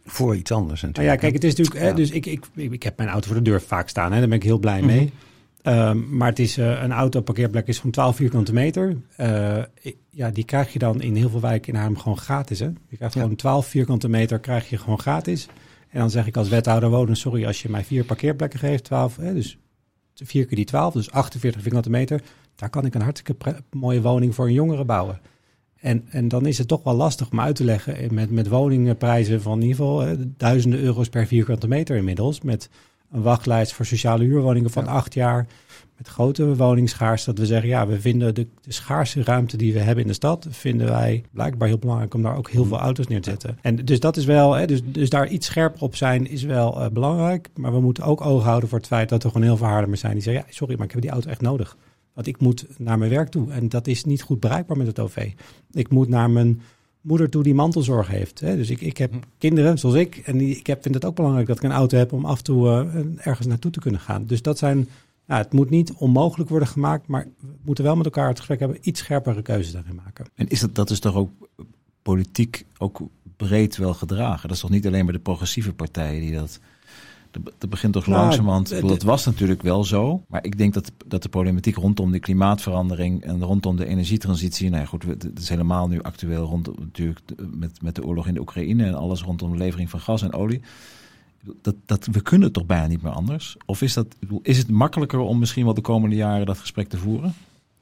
voor iets anders natuurlijk. Nou ja, kijk, het is natuurlijk... Ja. Hè, dus ik, ik, ik heb mijn auto voor de deur vaak staan. Hè, daar ben ik heel blij mee. Mm-hmm. Um, maar het is uh, een auto parkeerplek is van twaalf vierkante meter. Uh, ik, ja, die krijg je dan in heel veel wijken in Haarlem gewoon gratis. Hè? Je krijgt ja. gewoon twaalf vierkante meter krijg je gewoon gratis. En dan zeg ik als wethouder wonen, sorry, als je mij vier parkeerplekken geeft, twaalf, hè, dus vier keer die twaalf, dus achtenveertig vierkante meter, daar kan ik een hartstikke pre- mooie woning voor een jongere bouwen. En, en dan is het toch wel lastig om uit te leggen met, met woningenprijzen van in ieder geval hè, duizenden euro's per vierkante meter inmiddels, met een wachtlijst voor sociale huurwoningen van ja. acht jaar, met grote woningschaars, dat we zeggen, ja, we vinden de, de schaarse ruimte die we hebben in de stad, vinden wij blijkbaar heel belangrijk om daar ook heel veel auto's neer te zetten. En dus dat is wel, hè, dus, dus daar iets scherper op zijn is wel uh, belangrijk, maar we moeten ook oog houden voor het feit dat er gewoon heel veel Haarlemmers zijn die zeggen, ja, sorry, maar ik heb die auto echt nodig. Want ik moet naar mijn werk toe en dat is niet goed bereikbaar met het O V. Ik moet naar mijn moeder toe die mantelzorg heeft. Hè. Dus ik, ik heb kinderen zoals ik en die, ik heb, vind het ook belangrijk dat ik een auto heb om af en toe uh, ergens naartoe te kunnen gaan. Dus dat zijn... Ja, het moet niet onmogelijk worden gemaakt, maar we moeten wel met elkaar het gesprek hebben, iets scherpere keuzes daarin maken. En is dat, dat is toch ook politiek ook breed wel gedragen? Dat is toch niet alleen bij de progressieve partijen die dat... Dat begint toch nou, langzamerhand... De, de, dat was natuurlijk wel zo, maar ik denk dat, dat de problematiek rondom de klimaatverandering en rondom de energietransitie, nou ja, goed, het is helemaal nu actueel rond natuurlijk met, met de oorlog in de Oekraïne en alles rondom de levering van gas en olie. Dat, dat, we kunnen het toch bijna niet meer anders? Of is, dat, is het makkelijker om misschien wel de komende jaren dat gesprek te voeren?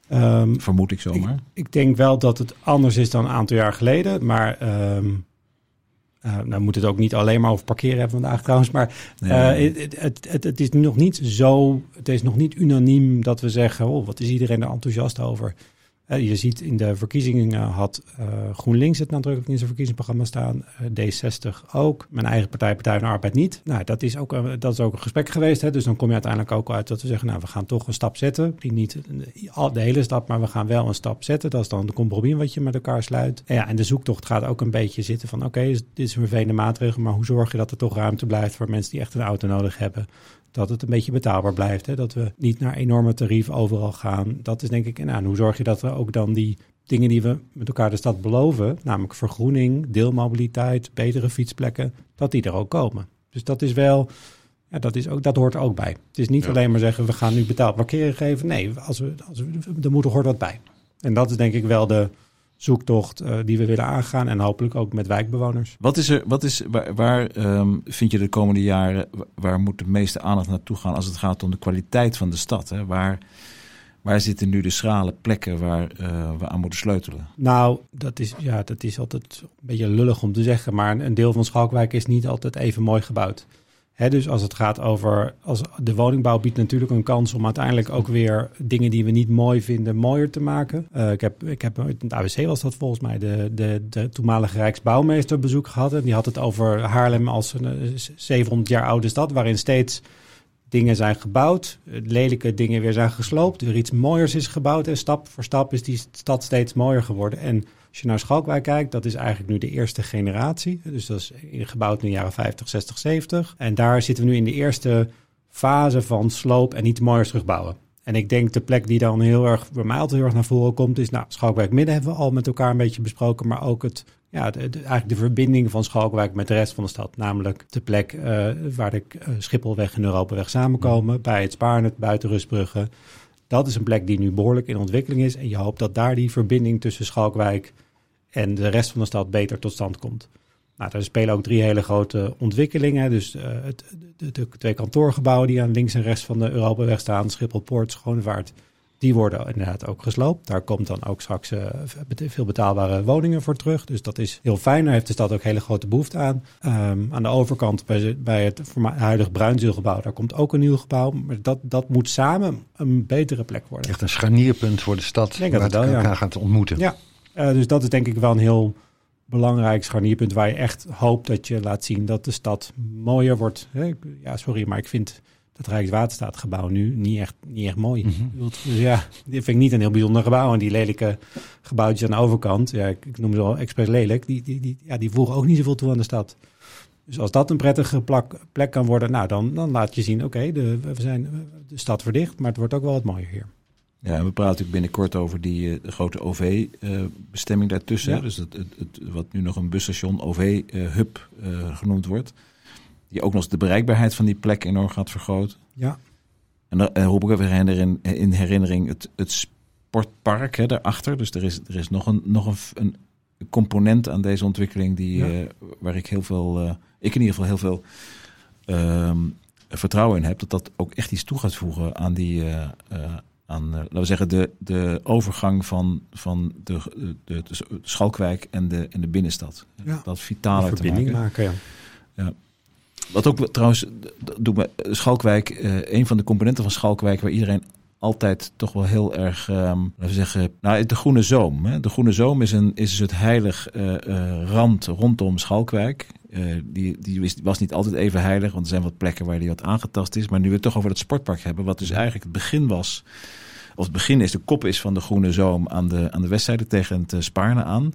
Um, Vermoed ik zomaar. Ik, ik denk wel dat het anders is dan een aantal jaar geleden. Maar um, uh, nou moet het ook niet alleen maar over parkeren hebben vandaag trouwens. Maar nee. uh, het, het, het, het is nog niet zo, het is nog niet unaniem dat we zeggen, oh, wat is iedereen er enthousiast over? Uh, je ziet in de verkiezingen uh, had uh, GroenLinks het nadrukkelijk in zijn verkiezingsprogramma staan. Uh, D zestig ook. Mijn eigen partij, Partij van de Arbeid niet. Nou, dat is ook, uh, dat is ook een gesprek geweest. Hè? Dus dan kom je uiteindelijk ook uit dat we zeggen, nou, we gaan toch een stap zetten. Niet de hele stap, maar we gaan wel een stap zetten. Dat is dan de compromis wat je met elkaar sluit. En, ja, en de zoektocht gaat ook een beetje zitten van, oké, okay, dit is een vervelende maatregel, maar hoe zorg je dat er toch ruimte blijft voor mensen die echt een auto nodig hebben? Dat het een beetje betaalbaar blijft. Hè? Dat we niet naar enorme tarieven overal gaan. Dat is denk ik... Nou, en hoe zorg je dat we ook dan die dingen die we met elkaar de stad beloven, namelijk vergroening, deelmobiliteit, betere fietsplekken, dat die er ook komen. Dus dat is wel... Ja, dat, is ook, dat hoort er ook bij. Het is niet ja. alleen maar zeggen, we gaan nu betaald parkeren geven. Nee, als we, als we, er moet er hoort wat bij. En dat is denk ik wel de zoektocht uh, die we willen aangaan en hopelijk ook met wijkbewoners. Wat is er, wat is, waar, waar um, vind je de komende jaren, waar moet de meeste aandacht naartoe gaan als het gaat om de kwaliteit van de stad? Hè? Waar, waar zitten nu de schrale plekken waar uh, we aan moeten sleutelen? Nou, dat is, ja, dat is altijd een beetje lullig om te zeggen, maar een deel van Schalkwijk is niet altijd even mooi gebouwd. He, dus als het gaat over, als de woningbouw biedt natuurlijk een kans om uiteindelijk ook weer dingen die we niet mooi vinden, mooier te maken. Uh, ik heb, ik heb in het A B C was dat volgens mij de, de, de toenmalige Rijksbouwmeester bezoek gehad. En die had het over Haarlem als een zevenhonderd jaar oude stad, waarin steeds dingen zijn gebouwd, lelijke dingen weer zijn gesloopt, weer iets mooiers is gebouwd. En stap voor stap is die stad steeds mooier geworden. En als je naar Schalkwijk kijkt, dat is eigenlijk nu de eerste generatie. Dus dat is gebouwd in de jaren vijftig, zestig, zeventig. En daar zitten we nu in de eerste fase van sloop en iets mooiers terugbouwen. En ik denk de plek die dan heel erg, bij mij altijd heel erg naar voren komt, is, nou, Schalkwijk Midden hebben we al met elkaar een beetje besproken, maar ook het, ja, de, de, eigenlijk de verbinding van Schalkwijk met de rest van de stad. Namelijk de plek uh, waar de uh, Schipholweg en Europaweg samenkomen, bij het Spaarnet, buiten Rustbrugge. Dat is een plek die nu behoorlijk in ontwikkeling is. En je hoopt dat daar die verbinding tussen Schalkwijk en de rest van de stad beter tot stand komt. Nou, er spelen ook drie hele grote ontwikkelingen. Dus uh, het, de, de twee kantoorgebouwen die aan links en rechts van de Europaweg staan, Schipholpoort, Schonevaart, die worden inderdaad ook gesloopt. Daar komt dan ook straks uh, veel betaalbare woningen voor terug. Dus dat is heel fijn. Daar heeft de stad ook hele grote behoefte aan. Um, aan de overkant bij, bij het huidige Bruinzeelgebouw, daar komt ook een nieuw gebouw. Maar dat, dat moet samen een betere plek worden. Echt een scharnierpunt voor de stad waar het elkaar ja. gaat ontmoeten. Ja, uh, dus dat is denk ik wel een heel belangrijk scharnierpunt waar je echt hoopt dat je laat zien dat de stad mooier wordt. Ja, sorry, maar ik vind dat Rijkswaterstaatgebouw nu niet echt, niet echt mooi. Mm-hmm. Dus ja, dit vind ik niet een heel bijzonder gebouw. En die lelijke gebouwtjes aan de overkant, ja, ik, ik noem ze al expres lelijk, die, die, die, ja, die voegen ook niet zoveel toe aan de stad. Dus als dat een prettige plek, plek kan worden, nou dan, dan laat je zien, oké, okay, de, we zijn de stad verdicht, maar het wordt ook wel wat mooier hier. Ja, en we praten natuurlijk binnenkort over die uh, de grote O V-bestemming uh, daartussen. Ja. Dus het, het, het, wat nu nog een busstation O V-hub uh, uh, genoemd wordt. Die ook nog eens de bereikbaarheid van die plek enorm gaat vergroten. Ja. En dan uh, roep ik even in, in herinnering het, het sportpark hè, daarachter. Dus er is, er is nog, een, nog een, een component aan deze ontwikkeling die, ja. uh, waar ik heel veel, uh, ik in ieder geval heel veel uh, vertrouwen in heb. Dat dat ook echt iets toe gaat voegen aan die, uh, uh, aan, uh, laten we zeggen, de, de overgang van, van de, de, de, de Schalkwijk en de, en de binnenstad. Ja. Dat vitaler te maken. maken ja. Ja. Wat ook trouwens, doet me Schalkwijk, uh, een van de componenten van Schalkwijk waar iedereen altijd toch wel heel erg, um, laten we zeggen, nou, de Groene Zoom. Hè. De Groene Zoom is een is het heilig uh, uh, rand rondom Schalkwijk. Uh, die, die was niet altijd even heilig, want er zijn wat plekken waar die wat aangetast is. Maar nu we het toch over het sportpark hebben, wat dus eigenlijk het begin was, of het begin is, de kop is van de Groene Zoom aan de, aan de westzijde tegen het uh, Spaarne aan.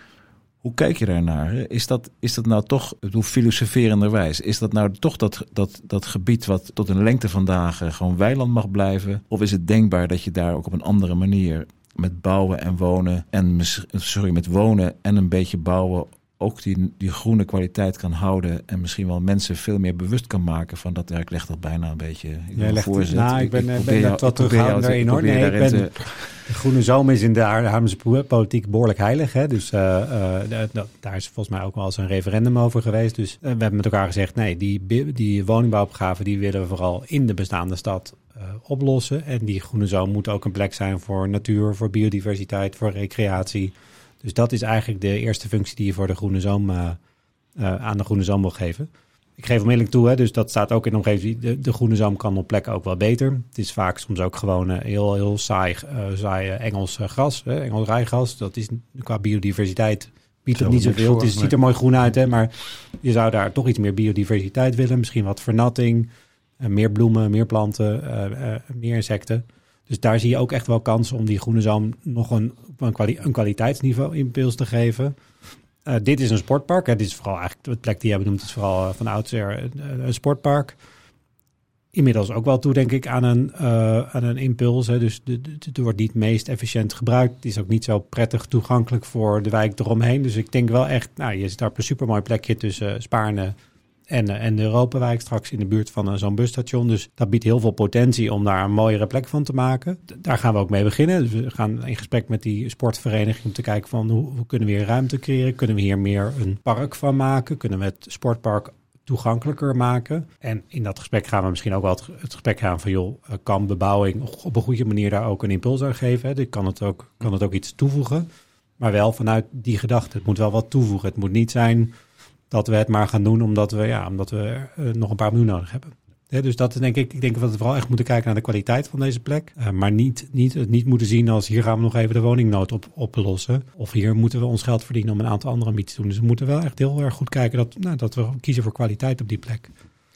Hoe kijk je daarnaar? Is dat, is dat nou toch, hoe filosoferenderwijs, is dat nou toch dat, dat, dat gebied wat tot een lengte van dagen gewoon weiland mag blijven? Of is het denkbaar dat je daar ook op een andere manier met bouwen en wonen, en sorry, met wonen en een beetje bouwen ook die, die groene kwaliteit kan houden en misschien wel mensen veel meer bewust kan maken van dat, ja, ik leg dat bijna een beetje in voorzet. Nou, ik ben, ik, ik ben net wat terughoudender in hoor. Nee, ik ben, te... De Groene Zoom is in de Haarlemse politiek behoorlijk heilig. Hè? Dus uh, uh, de, de, daar is volgens mij ook wel eens een referendum over geweest. Dus uh, we hebben met elkaar gezegd, nee, die, die woningbouwopgave die willen we vooral in de bestaande stad uh, oplossen. En die Groene Zoom moet ook een plek zijn voor natuur, voor biodiversiteit, voor recreatie. Dus dat is eigenlijk de eerste functie die je voor de Groene Zoom uh, uh, aan de Groene Zoom wil geven. Ik geef onmiddellijk toe, hè, dus dat staat ook in de omgeving. De, de Groene Zoom kan op plekken ook wel beter. Het is vaak soms ook gewoon uh, heel, heel saai, uh, saai uh, Engels uh, gras, hè, Engels rijgras. Dat is qua biodiversiteit biedt het niet zoveel. Voor, het is, nee. ziet er mooi groen uit, hè, maar je zou daar toch iets meer biodiversiteit willen. Misschien wat vernatting, uh, meer bloemen, meer planten, uh, uh, meer insecten. Dus daar zie je ook echt wel kans om die Groene Zoom nog een, een, kwali- een kwaliteitsniveau impuls te geven. Uh, dit is een sportpark. Hè. Dit is vooral eigenlijk de plek die jij benoemt, is vooral uh, van oudsher een, een sportpark. Inmiddels ook wel toe, denk ik, aan een, uh, aan een impuls. Hè. Dus het wordt niet het meest efficiënt gebruikt. Het is ook niet zo prettig toegankelijk voor de wijk eromheen. Dus ik denk wel echt, nou, je zit daar op een supermooi plekje tussen Spaarne en, uh, en de Europawijk, straks in de buurt van uh, zo'n busstation. Dus dat biedt heel veel potentie om daar een mooiere plek van te maken. D- daar gaan we ook mee beginnen. Dus we gaan in gesprek met die sportvereniging om te kijken van hoe, hoe kunnen we hier ruimte creëren? Kunnen we hier meer een park van maken? Kunnen we het sportpark toegankelijker maken? En in dat gesprek gaan we misschien ook wel het, het gesprek gaan van, joh, kan bebouwing op een goede manier daar ook een impuls aan geven? Hè? Dus kan het ook, kan het ook iets toevoegen? Maar wel vanuit die gedachte. Het moet wel wat toevoegen. Het moet niet zijn dat we het maar gaan doen omdat we, ja, omdat we uh, nog een paar miljoen nodig hebben. Ja, dus dat denk ik. Ik denk dat we vooral echt moeten kijken naar de kwaliteit van deze plek. Uh, maar niet, niet, het niet moeten zien als hier gaan we nog even de woningnood op, oplossen. Of hier moeten we ons geld verdienen om een aantal andere ambities te doen. Dus we moeten wel echt heel erg goed kijken dat, nou, dat we kiezen voor kwaliteit op die plek.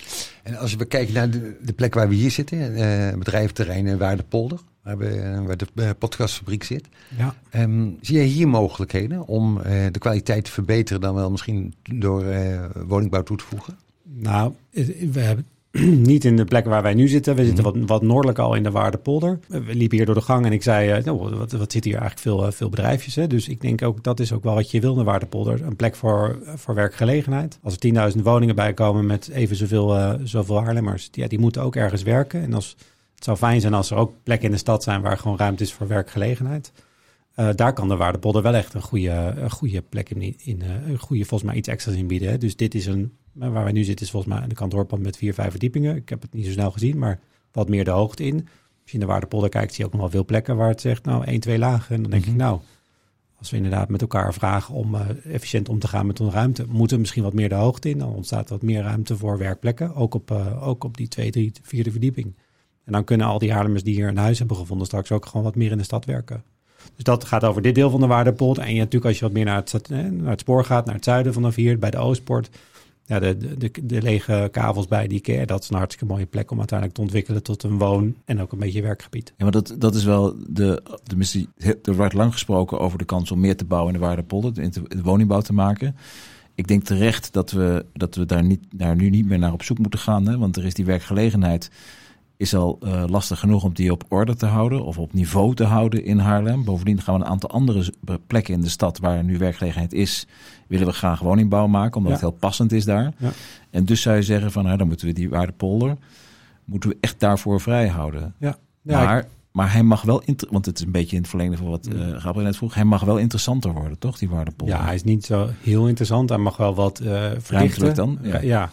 En als we kijken naar de, de plek waar we hier zitten, uh, bedrijventerrein Waardepolder, waar, we, waar de podcastfabriek zit. Ja. Um, zie jij hier mogelijkheden om uh, de kwaliteit te verbeteren dan wel misschien door uh, woningbouw toe te voegen? Nou, we hebben niet in de plek waar wij nu zitten. We zitten wat, wat noordelijk al in de Waardepolder. We liepen hier door de gang en ik zei, uh, nou, wat, wat zit hier eigenlijk veel, uh, veel bedrijfjes. Hè? Dus ik denk ook, dat is ook wel wat je wil in de Waardepolder. Een plek voor, voor werkgelegenheid. Als er tienduizend woningen bij komen met even zoveel, uh, zoveel Haarlemmers, ja, die moeten ook ergens werken. En als, het zou fijn zijn als er ook plekken in de stad zijn waar gewoon ruimte is voor werkgelegenheid. Uh, daar kan de Waardepolder wel echt een goede, een goede plek in, in uh, een goede, volgens mij iets extra's in bieden. Hè? Dus dit is een, waar wij nu zitten is volgens mij een kantoorpand met vier, vijf verdiepingen. Ik heb het niet zo snel gezien, maar wat meer de hoogte in. Als je in de Waardepolder kijkt, zie je ook nog wel veel plekken waar het zegt, nou, één, twee lagen. En dan denk mm-hmm. ik, nou, als we inderdaad met elkaar vragen om uh, efficiënt om te gaan met onze ruimte, moeten we misschien wat meer de hoogte in. Dan ontstaat wat meer ruimte voor werkplekken, ook op, uh, ook op die tweede, drie, vierde verdieping. En dan kunnen al die Haarlemmers die hier een huis hebben gevonden straks ook gewoon wat meer in de stad werken. Dus dat gaat over dit deel van de Waardepolder. En je natuurlijk als je wat meer naar het, naar het spoor gaat, naar het zuiden van de vier, bij de Oostpoort. Ja, de, de, de, de lege kavels bij die IKEA, dat is een hartstikke mooie plek om uiteindelijk te ontwikkelen tot een woon- en ook een beetje werkgebied. Ja, maar dat, dat is wel de, de er wordt lang gesproken over de kans om meer te bouwen in de Waardepolder, de, de woningbouw te maken. Ik denk terecht dat we, dat we daar, niet, daar nu niet meer naar op zoek moeten gaan, hè, want er is die werkgelegenheid. is al uh, lastig genoeg om die op orde te houden of op niveau te houden in Haarlem. Bovendien gaan we een aantal andere plekken in de stad waar nu werkgelegenheid is, willen we graag woningbouw maken, omdat ja. het heel passend is daar. Ja. En dus zou je zeggen van, nou, dan moeten we die Waardepolder, moeten we echt daarvoor vrij houden. Ja. Ja, maar, ik... maar hij mag wel, inter- want het is een beetje in het verlengde van wat uh, Gabriel net vroeg, hij mag wel interessanter worden, toch, die Waardepolder? Ja, hij is niet zo heel interessant. Hij mag wel wat uh, verdichten. dan? Ja. ja.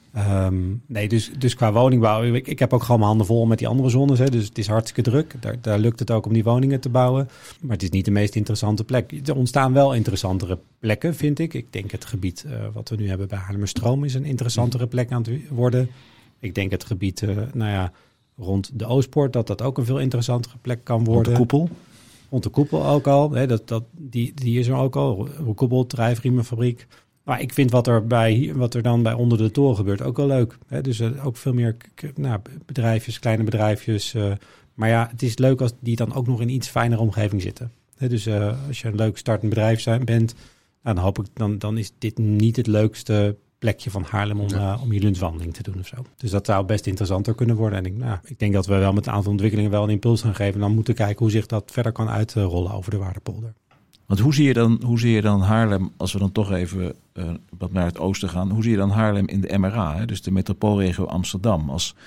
Um, nee, dus, dus qua woningbouw, ik, ik heb ook gewoon mijn handen vol met die andere zones. Hè, dus het is hartstikke druk. Daar, daar lukt het ook om die woningen te bouwen. Maar het is niet de meest interessante plek. Er ontstaan wel interessantere plekken, vind ik. Ik denk het gebied uh, wat we nu hebben bij Haarlemmerstroom is een interessantere plek aan het worden. Ik denk het gebied, uh, nou ja, rond de Oostpoort, dat dat ook een veel interessantere plek kan worden. Rond de Koepel? Rond de Koepel ook al. Hè, dat, dat, die, die is er ook al. Koepel, drijfriemenfabriek. Maar ik vind wat er, bij, wat er dan bij Onder de Toren gebeurt ook wel leuk. Hè? Dus uh, ook veel meer nou, bedrijfjes, kleine bedrijfjes. Uh, maar ja, het is leuk als die dan ook nog in iets fijnere omgeving zitten. Hè? Dus uh, als je een leuk startend bedrijf zijn, bent, nou, dan hoop ik, dan, dan is dit niet het leukste plekje van Haarlem om, uh, om je lunchwandeling te doen of zo. Dus dat zou best interessanter kunnen worden. En ik, nou, ik denk dat we wel met een aantal ontwikkelingen wel een impuls gaan geven. En dan moeten kijken hoe zich dat verder kan uitrollen over de Waardepolder. Want hoe zie je dan, hoe zie je dan Haarlem, als we dan toch even uh, wat naar het oosten gaan, hoe zie je dan Haarlem in de M R A, hè? Dus de metropoolregio Amsterdam, als,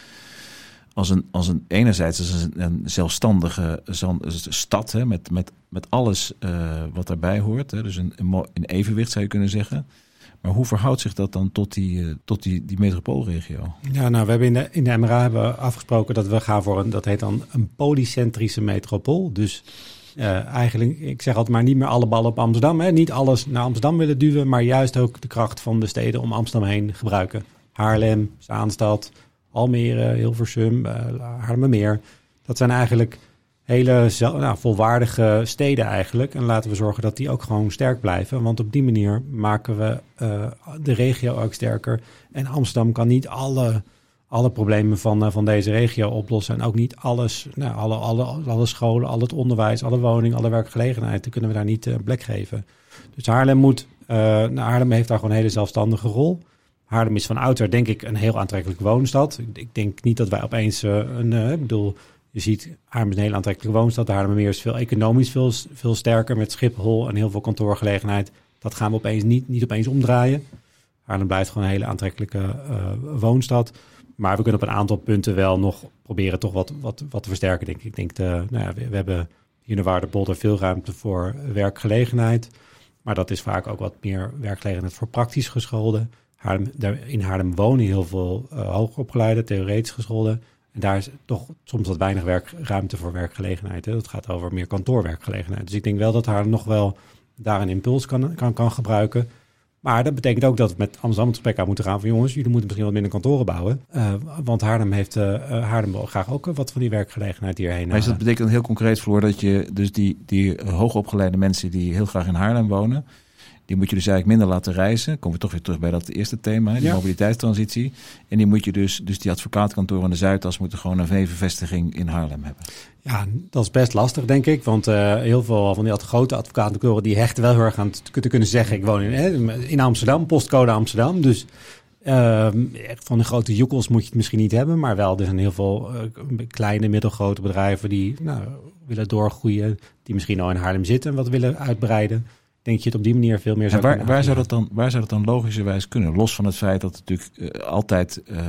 als, een, als een enerzijds als een, een zelfstandige zo'n, stad, hè? Met, met, met alles uh, wat daarbij hoort, hè? Dus een, een, een evenwicht zou je kunnen zeggen. Maar hoe verhoudt zich dat dan tot die, uh, tot die, die metropoolregio? Ja, nou, we hebben in de, in de M R A hebben we afgesproken dat we gaan voor een, dat heet dan een polycentrische metropool. Dus Uh, eigenlijk, ik zeg altijd maar niet meer alle ballen op Amsterdam. Hè? Niet alles naar Amsterdam willen duwen, maar juist ook de kracht van de steden om Amsterdam heen gebruiken. Haarlem, Zaanstad, Almere, Hilversum, uh, Haarlemmermeer. Dat zijn eigenlijk hele nou, volwaardige steden eigenlijk. En laten we zorgen dat die ook gewoon sterk blijven. Want op die manier maken we uh, de regio ook sterker. En Amsterdam kan niet alle... alle problemen van, uh, van deze regio oplossen. En ook niet alles, nou, alle, alle, alle scholen, al het onderwijs, alle woningen, alle werkgelegenheid. Dan kunnen we daar niet een uh, plek geven. Dus Haarlem moet, uh, nou, Haarlem heeft daar gewoon een hele zelfstandige rol. Haarlem is van oudsher, denk ik, een heel aantrekkelijke woonstad. Ik, ik denk niet dat wij opeens uh, een, uh, ik bedoel, je ziet, Haarlem is een hele aantrekkelijke woonstad. De Haarlemmermeer is veel economisch veel, veel sterker met Schiphol en heel veel kantoorgelegenheid. Dat gaan we opeens niet, niet opeens omdraaien. Haarlem blijft gewoon een hele aantrekkelijke uh, woonstad. Maar we kunnen op een aantal punten wel nog proberen toch wat, wat, wat te versterken, denk ik. Ik denk, de, nou ja, we, we hebben hier in de Waardepolder veel ruimte voor werkgelegenheid. Maar dat is vaak ook wat meer werkgelegenheid voor praktisch gescholden. Haarlem, daar, in Haarlem wonen heel veel uh, hoogopgeleide, theoretisch gescholden. En daar is toch soms wat weinig werkruimte voor werkgelegenheid. Hè. Dat gaat over meer kantoorwerkgelegenheid. Dus ik denk wel dat Haarlem nog wel daar een impuls kan, kan, kan gebruiken. Maar dat betekent ook dat we met Amsterdam het gesprek aan moeten gaan van jongens, jullie moeten misschien wat minder kantoren bouwen. Uh, want Haarlem heeft uh, Haarlem wil graag ook wat van die werkgelegenheid hierheen. Maar is dat betekent heel concreet voor dat je dus die, die hoogopgeleide mensen die heel graag in Haarlem wonen, die moet je dus eigenlijk minder laten reizen. Dan komen we toch weer terug bij dat eerste thema, die ja. mobiliteitstransitie. En die moet je dus, dus die advocaatkantoren aan de Zuidas moeten gewoon een V V-vestiging in Haarlem hebben. Ja, dat is best lastig, denk ik. Want uh, heel veel van die grote advocatenkantoren die hechten wel heel erg aan te, te kunnen zeggen, ik woon in, hè, in Amsterdam, postcode Amsterdam. Dus uh, echt van de grote joekels moet je het misschien niet hebben. Maar wel, er zijn heel veel uh, kleine, middelgrote bedrijven die nou, willen doorgroeien. Die misschien al in Haarlem zitten en wat willen uitbreiden. Denk je het op die manier veel meer zou waar, kunnen waar zou dat dan, waar zou dat dan logischerwijs kunnen? Los van het feit dat er natuurlijk uh, altijd uh,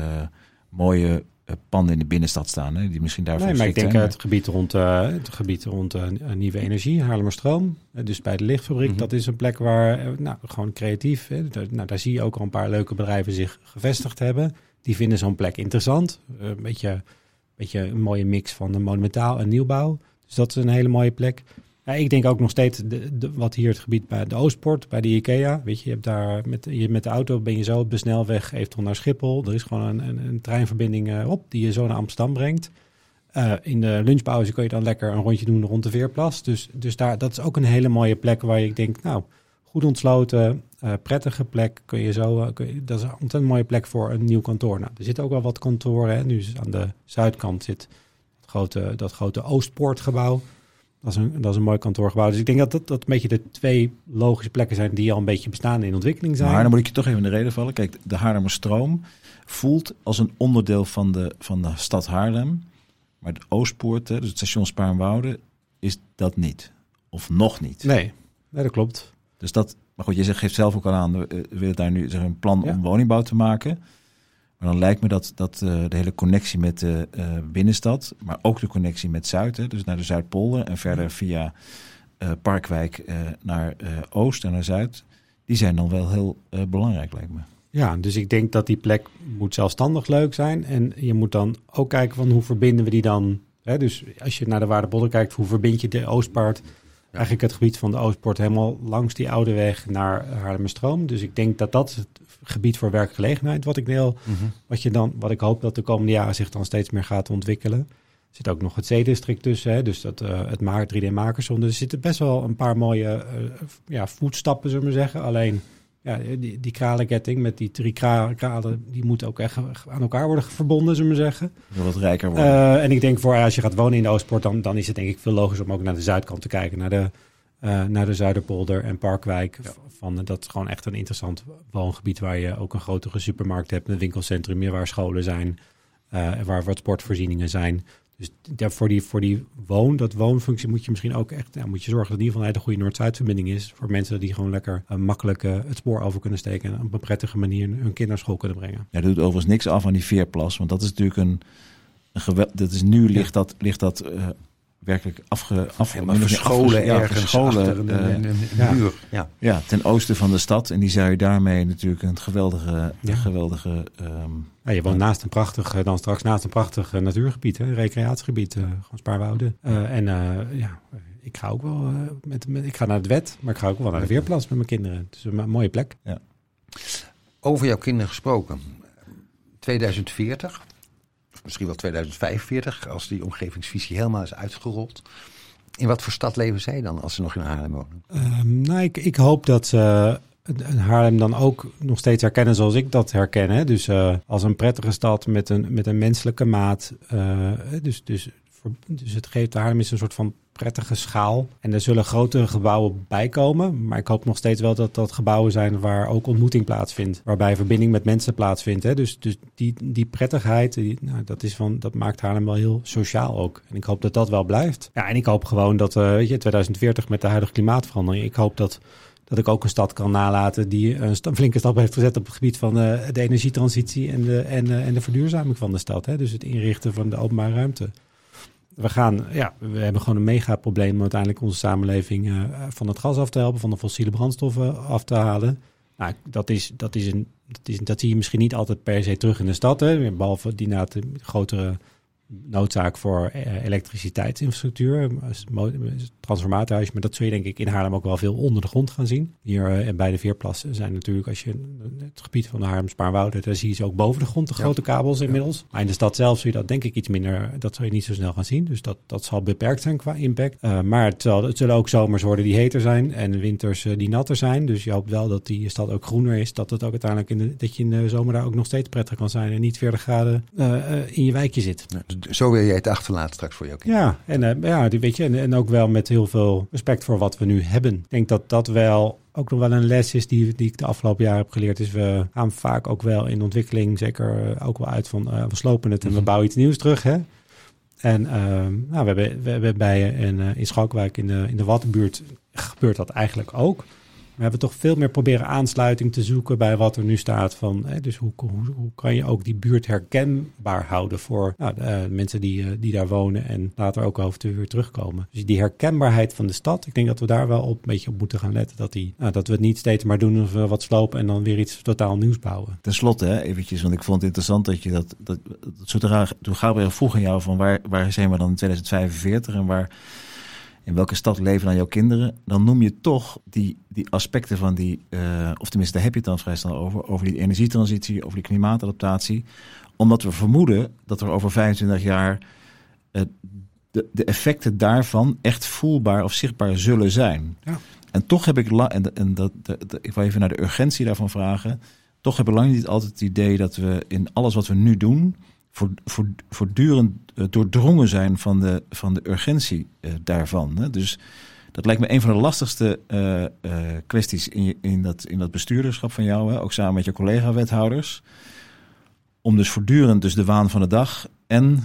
mooie uh, panden in de binnenstad staan, hè, die misschien daarvoor nee, maar ik denk zijn, uh, het gebied rond, uh, het gebied rond uh, nieuwe energie, Haarlemmerstroom, uh, dus bij de lichtfabriek, mm-hmm. dat is een plek waar, uh, nou, gewoon creatief, hè, daar, nou, daar zie je ook al een paar leuke bedrijven zich gevestigd hebben. Die vinden zo'n plek interessant. Uh, een beetje, beetje een mooie mix van de monumentaal en nieuwbouw. Dus dat is een hele mooie plek. Ja, ik denk ook nog steeds de, de, wat hier het gebied bij de Oostpoort, bij de IKEA. Weet je, je hebt daar met, je, met de auto ben je zo op de snelweg eventueel naar Schiphol. Er is gewoon een, een, een treinverbinding uh, op die je zo naar Amsterdam brengt. Uh, in de lunchpauze kun je dan lekker een rondje doen rond de Veerplas. Dus, dus daar, dat is ook een hele mooie plek waar je denkt, nou, goed ontsloten, uh, prettige plek. Kun je zo, uh, kun je, dat is een ontzettend mooie plek voor een nieuw kantoor. Nou, er zitten ook wel wat kantoren. Hè. Nu is aan de zuidkant zit dat grote, dat grote Oostpoortgebouw. Dat is, een, dat is een mooi kantoorgebouw. Dus ik denk dat dat, dat een beetje de twee logische plekken zijn die al een beetje bestaan in ontwikkeling zijn. Maar dan moet ik je toch even in de reden vallen. Kijk, de Haarlemmerstroom voelt als een onderdeel van de, van de stad Haarlem. Maar de Oostpoort, dus het station Spaarnwoude, is dat niet. Of nog niet. Nee, nee dat klopt. Dus dat, maar goed, je zegt, geeft zelf ook al aan, we willen daar nu zeg, een plan ja. om woningbouw te maken. Maar dan lijkt me dat, dat uh, de hele connectie met de uh, binnenstad, maar ook de connectie met Zuid, hè, dus naar de Zuidpolder en verder via uh, Parkwijk uh, naar uh, Oost en naar Zuid, die zijn dan wel heel uh, belangrijk, lijkt me. Ja, dus ik denk dat die plek moet zelfstandig leuk zijn. En je moet dan ook kijken van hoe verbinden we die dan. Hè? Dus als je naar de Waardepolder kijkt, hoe verbind je de Oostpaard, ja. eigenlijk het gebied van de Oostpoort, helemaal langs die oude weg naar Haarlemmerstroom. Dus ik denk dat dat het gebied voor werkgelegenheid, wat ik deel, mm-hmm. wat je dan, wat ik hoop dat de komende jaren zich dan steeds meer gaat ontwikkelen. Er zit ook nog het C-district tussen, hè? Dus dat, uh, het ma- drie D-makerszone. Er zitten best wel een paar mooie uh, ja, voetstappen, zullen we maar zeggen. Alleen ja, die, die kralenketting met die drie kralen, die moet ook echt aan elkaar worden verbonden, zullen we maar zeggen. Wil wat rijker worden. Uh, en ik denk voor als je gaat wonen in de Oostpoort, dan, dan is het denk ik veel logischer om ook naar de zuidkant te kijken, naar de, uh, naar de Zuiderpolder en Parkwijk. Ja. Van, dat is gewoon echt een interessant woongebied waar je ook een grotere supermarkt hebt, een winkelcentrum, meer waar scholen zijn, uh, waar wat sportvoorzieningen zijn. Dus daar, voor, die, voor die woon, dat woonfunctie moet je misschien ook echt, ja, moet je zorgen dat in ieder geval een hele goede Noord-Zuid-verbinding is voor mensen die gewoon lekker uh, makkelijk uh, het spoor over kunnen steken en op een prettige manier hun kind naar school kunnen brengen. Ja, dat doet overigens niks af aan die veerplas, want dat is natuurlijk een, een geweld. Dat is nu ligt ja. dat ligt dat uh, werkelijk afge, afge, ja, verscholen ja, ergens verscholen, achter een, uh, een, een ja. muur. Ja. ja, ten oosten van de stad. En die zou je daarmee natuurlijk een geweldige, ja. een geweldige. Um, ja, je woont naast een prachtig, dan straks naast een prachtig uh, natuurgebied, hè, recreatiegebied, uh, gewoon Spaarnwoude. Uh, en uh, ja, ik ga ook wel uh, met, met, ik ga naar het Wet, maar ik ga ook wel naar de Veerplas met mijn kinderen. Het is een mooie plek. Ja. Over jouw kinderen gesproken, tweeduizend veertig. Misschien wel tweeduizend vijfenveertig, als die omgevingsvisie helemaal is uitgerold. In wat voor stad leven zij dan, als ze nog in Haarlem wonen? Uh, nou, ik, ik hoop dat ze uh, Haarlem dan ook nog steeds herkennen zoals ik dat herken. Hè? Dus uh, als een prettige stad met een, met een menselijke maat. Uh, dus, dus, voor, dus het geeft Haarlem is een soort van prettige schaal. En er zullen grotere gebouwen bij komen. Maar ik hoop nog steeds wel dat dat gebouwen zijn waar ook ontmoeting plaatsvindt. Waarbij verbinding met mensen plaatsvindt. Hè? Dus, dus die, die prettigheid, die, nou, dat, is van, dat maakt Haarlem wel heel sociaal ook. En ik hoop dat dat wel blijft. Ja, en ik hoop gewoon dat, uh, weet je, tweeduizend veertig met de huidige klimaatverandering. Ik hoop dat, dat ik ook een stad kan nalaten die een, st- een flinke stap heeft gezet op het gebied van uh, de energietransitie en de, en, uh, en de verduurzaming van de stad. Hè? Dus het inrichten van de openbare ruimte. We gaan, ja, we hebben gewoon een mega probleem om uiteindelijk onze samenleving uh, van het gas af te helpen, van de fossiele brandstoffen af te halen. Nou, dat is, dat is een, dat is, dat zie je misschien niet altijd per se terug in de stad, hè, behalve die na de grotere noodzaak voor uh, elektriciteitsinfrastructuur, transformatorhuis, maar dat zul je denk ik in Haarlem ook wel veel onder de grond gaan zien. Hier uh, bij de Veerplas zijn natuurlijk, als je het gebied van de Haarlem-Spaarnwoude, daar zie je ze ook boven de grond, de grote ja. kabels inmiddels. Ja. Maar in de stad zelf zul je dat denk ik iets minder, dat zul je niet zo snel gaan zien. Dus dat, dat zal beperkt zijn qua impact. Uh, maar het, zal, het zullen ook zomers worden die heter zijn en winters uh, die natter zijn. Dus je hoopt wel dat die stad ook groener is, dat het ook uiteindelijk in de, dat je in de zomer daar ook nog steeds prettig kan zijn en niet veertig graden uh, uh, in je wijkje zit. Ja. Zo wil jij het achterlaten straks voor jou kinderen. Ja, en, uh, ja, die, weet je, en, en ook wel met heel veel respect voor wat we nu hebben. Ik denk dat dat wel ook nog wel een les is die, die ik de afgelopen jaren heb geleerd. Is we gaan vaak ook wel in ontwikkeling, zeker uh, ook wel uit van uh, we slopen het en we bouwen iets nieuws terug. Hè? En uh, nou, we, hebben, we hebben bij in, uh, in Schalkwijk in de, in de Wattenbuurt gebeurt dat eigenlijk ook. We hebben toch veel meer proberen aansluiting te zoeken bij wat er nu staat. Van, hè, dus hoe, hoe, hoe kan je ook die buurt herkenbaar houden voor nou, de, uh, mensen die, uh, die daar wonen en later ook over te weer terugkomen. Dus die herkenbaarheid van de stad, ik denk dat we daar wel op een beetje op moeten gaan letten. Dat, die, nou, dat we het niet steeds maar doen of we wat slopen en dan weer iets totaal nieuws bouwen. Ten slotte, hè, eventjes, want ik vond het interessant dat je dat, dat, dat zodra, toen Gabriel vroeg aan jou van waar, waar zijn we dan in tweeduizend vijfenveertig en waar... in welke stad leven dan jouw kinderen, dan noem je toch die, die aspecten van die, uh, of tenminste daar heb je het dan vrij snel over, over die energietransitie, over die klimaatadaptatie, omdat we vermoeden dat er over vijfentwintig jaar uh, de, de effecten daarvan echt voelbaar of zichtbaar zullen zijn. Ja. En toch heb ik, la- en, en dat, de, de, ik wil even naar de urgentie daarvan vragen, toch heb ik lang niet altijd het idee dat we in alles wat we nu doen, voortdurend uh, doordrongen zijn van de, van de urgentie uh, daarvan. Hè? Dus dat lijkt me een van de lastigste uh, uh, kwesties in, je, in, dat, in dat bestuurderschap van jou, hè? Ook samen met je collega-wethouders. Om dus voortdurend dus de waan van de dag en,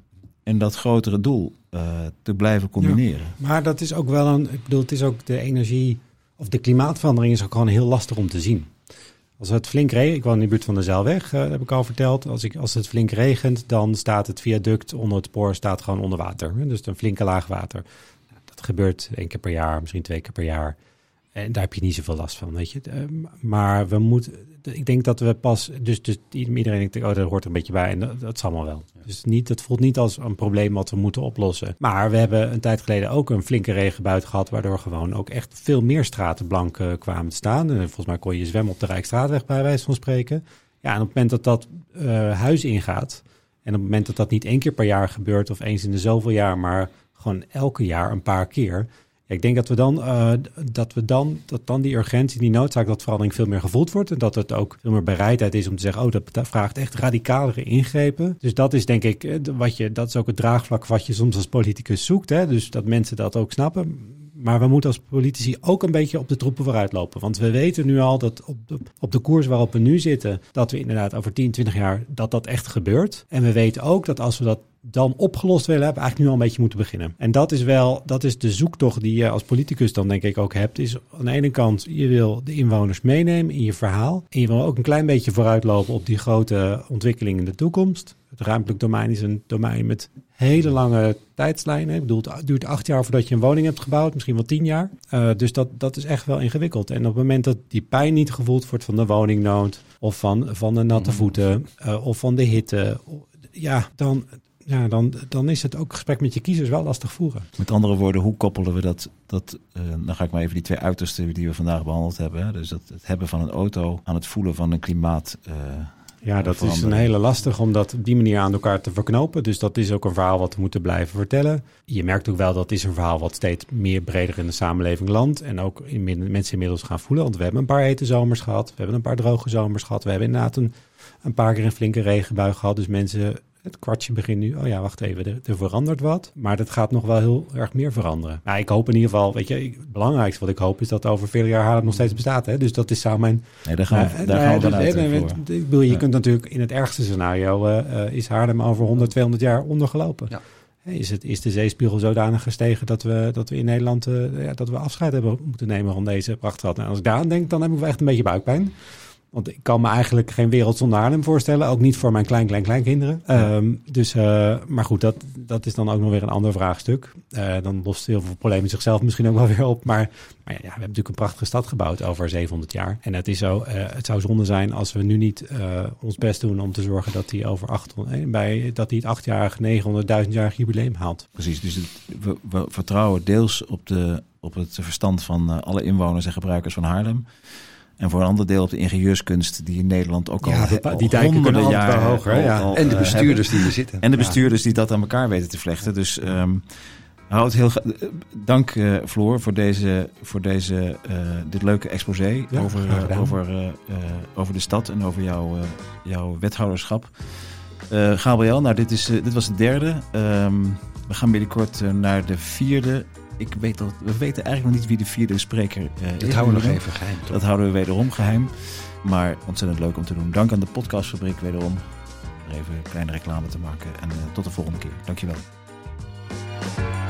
en dat grotere doel uh, te blijven combineren. Ja, maar dat is ook wel een, ik bedoel, het is ook de energie, of de klimaatverandering is ook gewoon heel lastig om te zien. Als het flink regent, ik woon in de buurt van de Zijlweg, uh, heb ik al verteld. Als, ik, als het flink regent, dan staat het viaduct onder het spoor staat gewoon onder water. Hè? Dus een flinke laag water. Dat gebeurt één keer per jaar, misschien twee keer per jaar. En daar heb je niet zoveel last van, weet je. Uh, maar we moeten, ik denk dat we pas, dus, dus iedereen denkt, oh, dat hoort er een beetje bij en dat, dat is allemaal wel. Ja. Dus niet, het voelt niet als een probleem wat we moeten oplossen. Maar we hebben een tijd geleden ook een flinke regenbuit gehad, waardoor gewoon ook echt veel meer straten blank uh, kwamen te staan. En volgens mij kon je zwemmen op de Rijksstraatweg bij wijze van spreken. Ja, en op het moment dat dat uh, huis ingaat en op het moment dat dat niet één keer per jaar gebeurt of eens in de zoveel jaar, maar gewoon elke jaar een paar keer. Ik denk dat we dan, uh, dat we dan, dat dan die urgentie, die noodzaak, dat verandering veel meer gevoeld wordt. En dat het ook veel meer bereidheid is om te zeggen, oh, dat vraagt echt radicalere ingrepen. Dus dat is denk ik, wat je, dat is ook het draagvlak wat je soms als politicus zoekt. Hè? Dus dat mensen dat ook snappen. Maar we moeten als politici ook een beetje op de troepen vooruit lopen. Want we weten nu al dat op de, op de koers waarop we nu zitten, dat we inderdaad over tien, twintig jaar, dat dat echt gebeurt. En we weten ook dat als we dat dan opgelost willen hebben, eigenlijk nu al een beetje moeten beginnen. En dat is wel, dat is de zoektocht die je als politicus dan denk ik ook hebt. Is aan de ene kant, je wil de inwoners meenemen in je verhaal. En je wil ook een klein beetje vooruitlopen op die grote ontwikkeling in de toekomst. Het ruimtelijk domein is een domein met hele lange tijdslijnen. Ik bedoel, het duurt acht jaar voordat je een woning hebt gebouwd, misschien wel tien jaar. Uh, dus dat, dat is echt wel ingewikkeld. En op het moment dat die pijn niet gevoeld wordt van de woningnood, of van, van de natte voeten, uh, of van de hitte, ja, dan... Ja, dan, dan is het ook gesprek met je kiezers wel lastig voeren. Met andere woorden, hoe koppelen we dat... dat uh, dan ga ik maar even die twee uitersten die we vandaag behandeld hebben. Hè? Dus dat, het hebben van een auto aan het voelen van een klimaat... Uh, ja, dat is een hele lastig om dat op die manier aan elkaar te verknopen. Dus dat is ook een verhaal wat we moeten blijven vertellen. Je merkt ook wel dat is een verhaal wat steeds meer breder in de samenleving landt. En ook in, mensen inmiddels gaan voelen. Want we hebben een paar hete zomers gehad. We hebben een paar droge zomers gehad. We hebben inderdaad een, een paar keer een flinke regenbui gehad. Dus mensen... Het kwartje begint nu, oh ja, wacht even, er, er verandert wat. Maar dat gaat nog wel heel erg meer veranderen. Nou, ik hoop in ieder geval, weet je, ik, het belangrijkste wat ik hoop is dat over vele jaar Haarlem nog steeds bestaat. Hè? Dus dat is zou mijn... Nee, daar gaan we, uh, daar uh, gaan we vanuit uh, voor. Ik bedoel, je ja. kunt natuurlijk in het ergste scenario, uh, uh, is Haarlem over honderd, tweehonderd jaar ondergelopen. Ja. Is, het, is de zeespiegel zodanig gestegen dat we, dat we in Nederland uh, ja, dat we afscheid hebben moeten nemen van deze prachtstad. En als ik daar aan denk, dan heb ik wel echt een beetje buikpijn. Want ik kan me eigenlijk geen wereld zonder Haarlem voorstellen. Ook niet voor mijn klein, klein, kleinkinderen. Ja. Um, dus, uh, maar goed, dat, dat is dan ook nog weer een ander vraagstuk. Uh, dan lost heel veel problemen zichzelf misschien ook wel weer op. Maar, maar ja, we hebben natuurlijk een prachtige stad gebouwd over zevenhonderd jaar. En het is zo, uh, het zou zonde zijn als we nu niet uh, ons best doen om te zorgen dat hij over achthonderd, bij, dat hij het achtjarig, negenhonderdduizendjarig jubileum haalt. Precies, dus het, we, we vertrouwen deels op, de, op het verstand van uh, alle inwoners en gebruikers van Haarlem. En voor een ander deel op de ingenieurskunst die in Nederland ook ja, al, al die dijken kunnen altijd wel hoger. Al, ja. al, en de bestuurders uh, die er zitten. En de bestuurders ja. die dat aan elkaar weten te vlechten. Dus um, hou het heel uh, dank uh, Floor voor deze voor deze uh, dit leuke exposé ja, over uh, over uh, uh, over de stad en over jouw uh, jouw wethouderschap. Uh, Gabriel, nou dit is uh, dit was de derde. Um, we gaan binnenkort uh, naar de vierde. Ik weet dat, we weten eigenlijk nog niet wie de vierde spreker uh, dat is. houden we nog even geheim. Toch? Dat houden we wederom geheim. Maar ontzettend leuk om te doen. Dank aan de podcastfabriek wederom. Er even een kleine reclame te maken. En uh, tot de volgende keer. Dankjewel.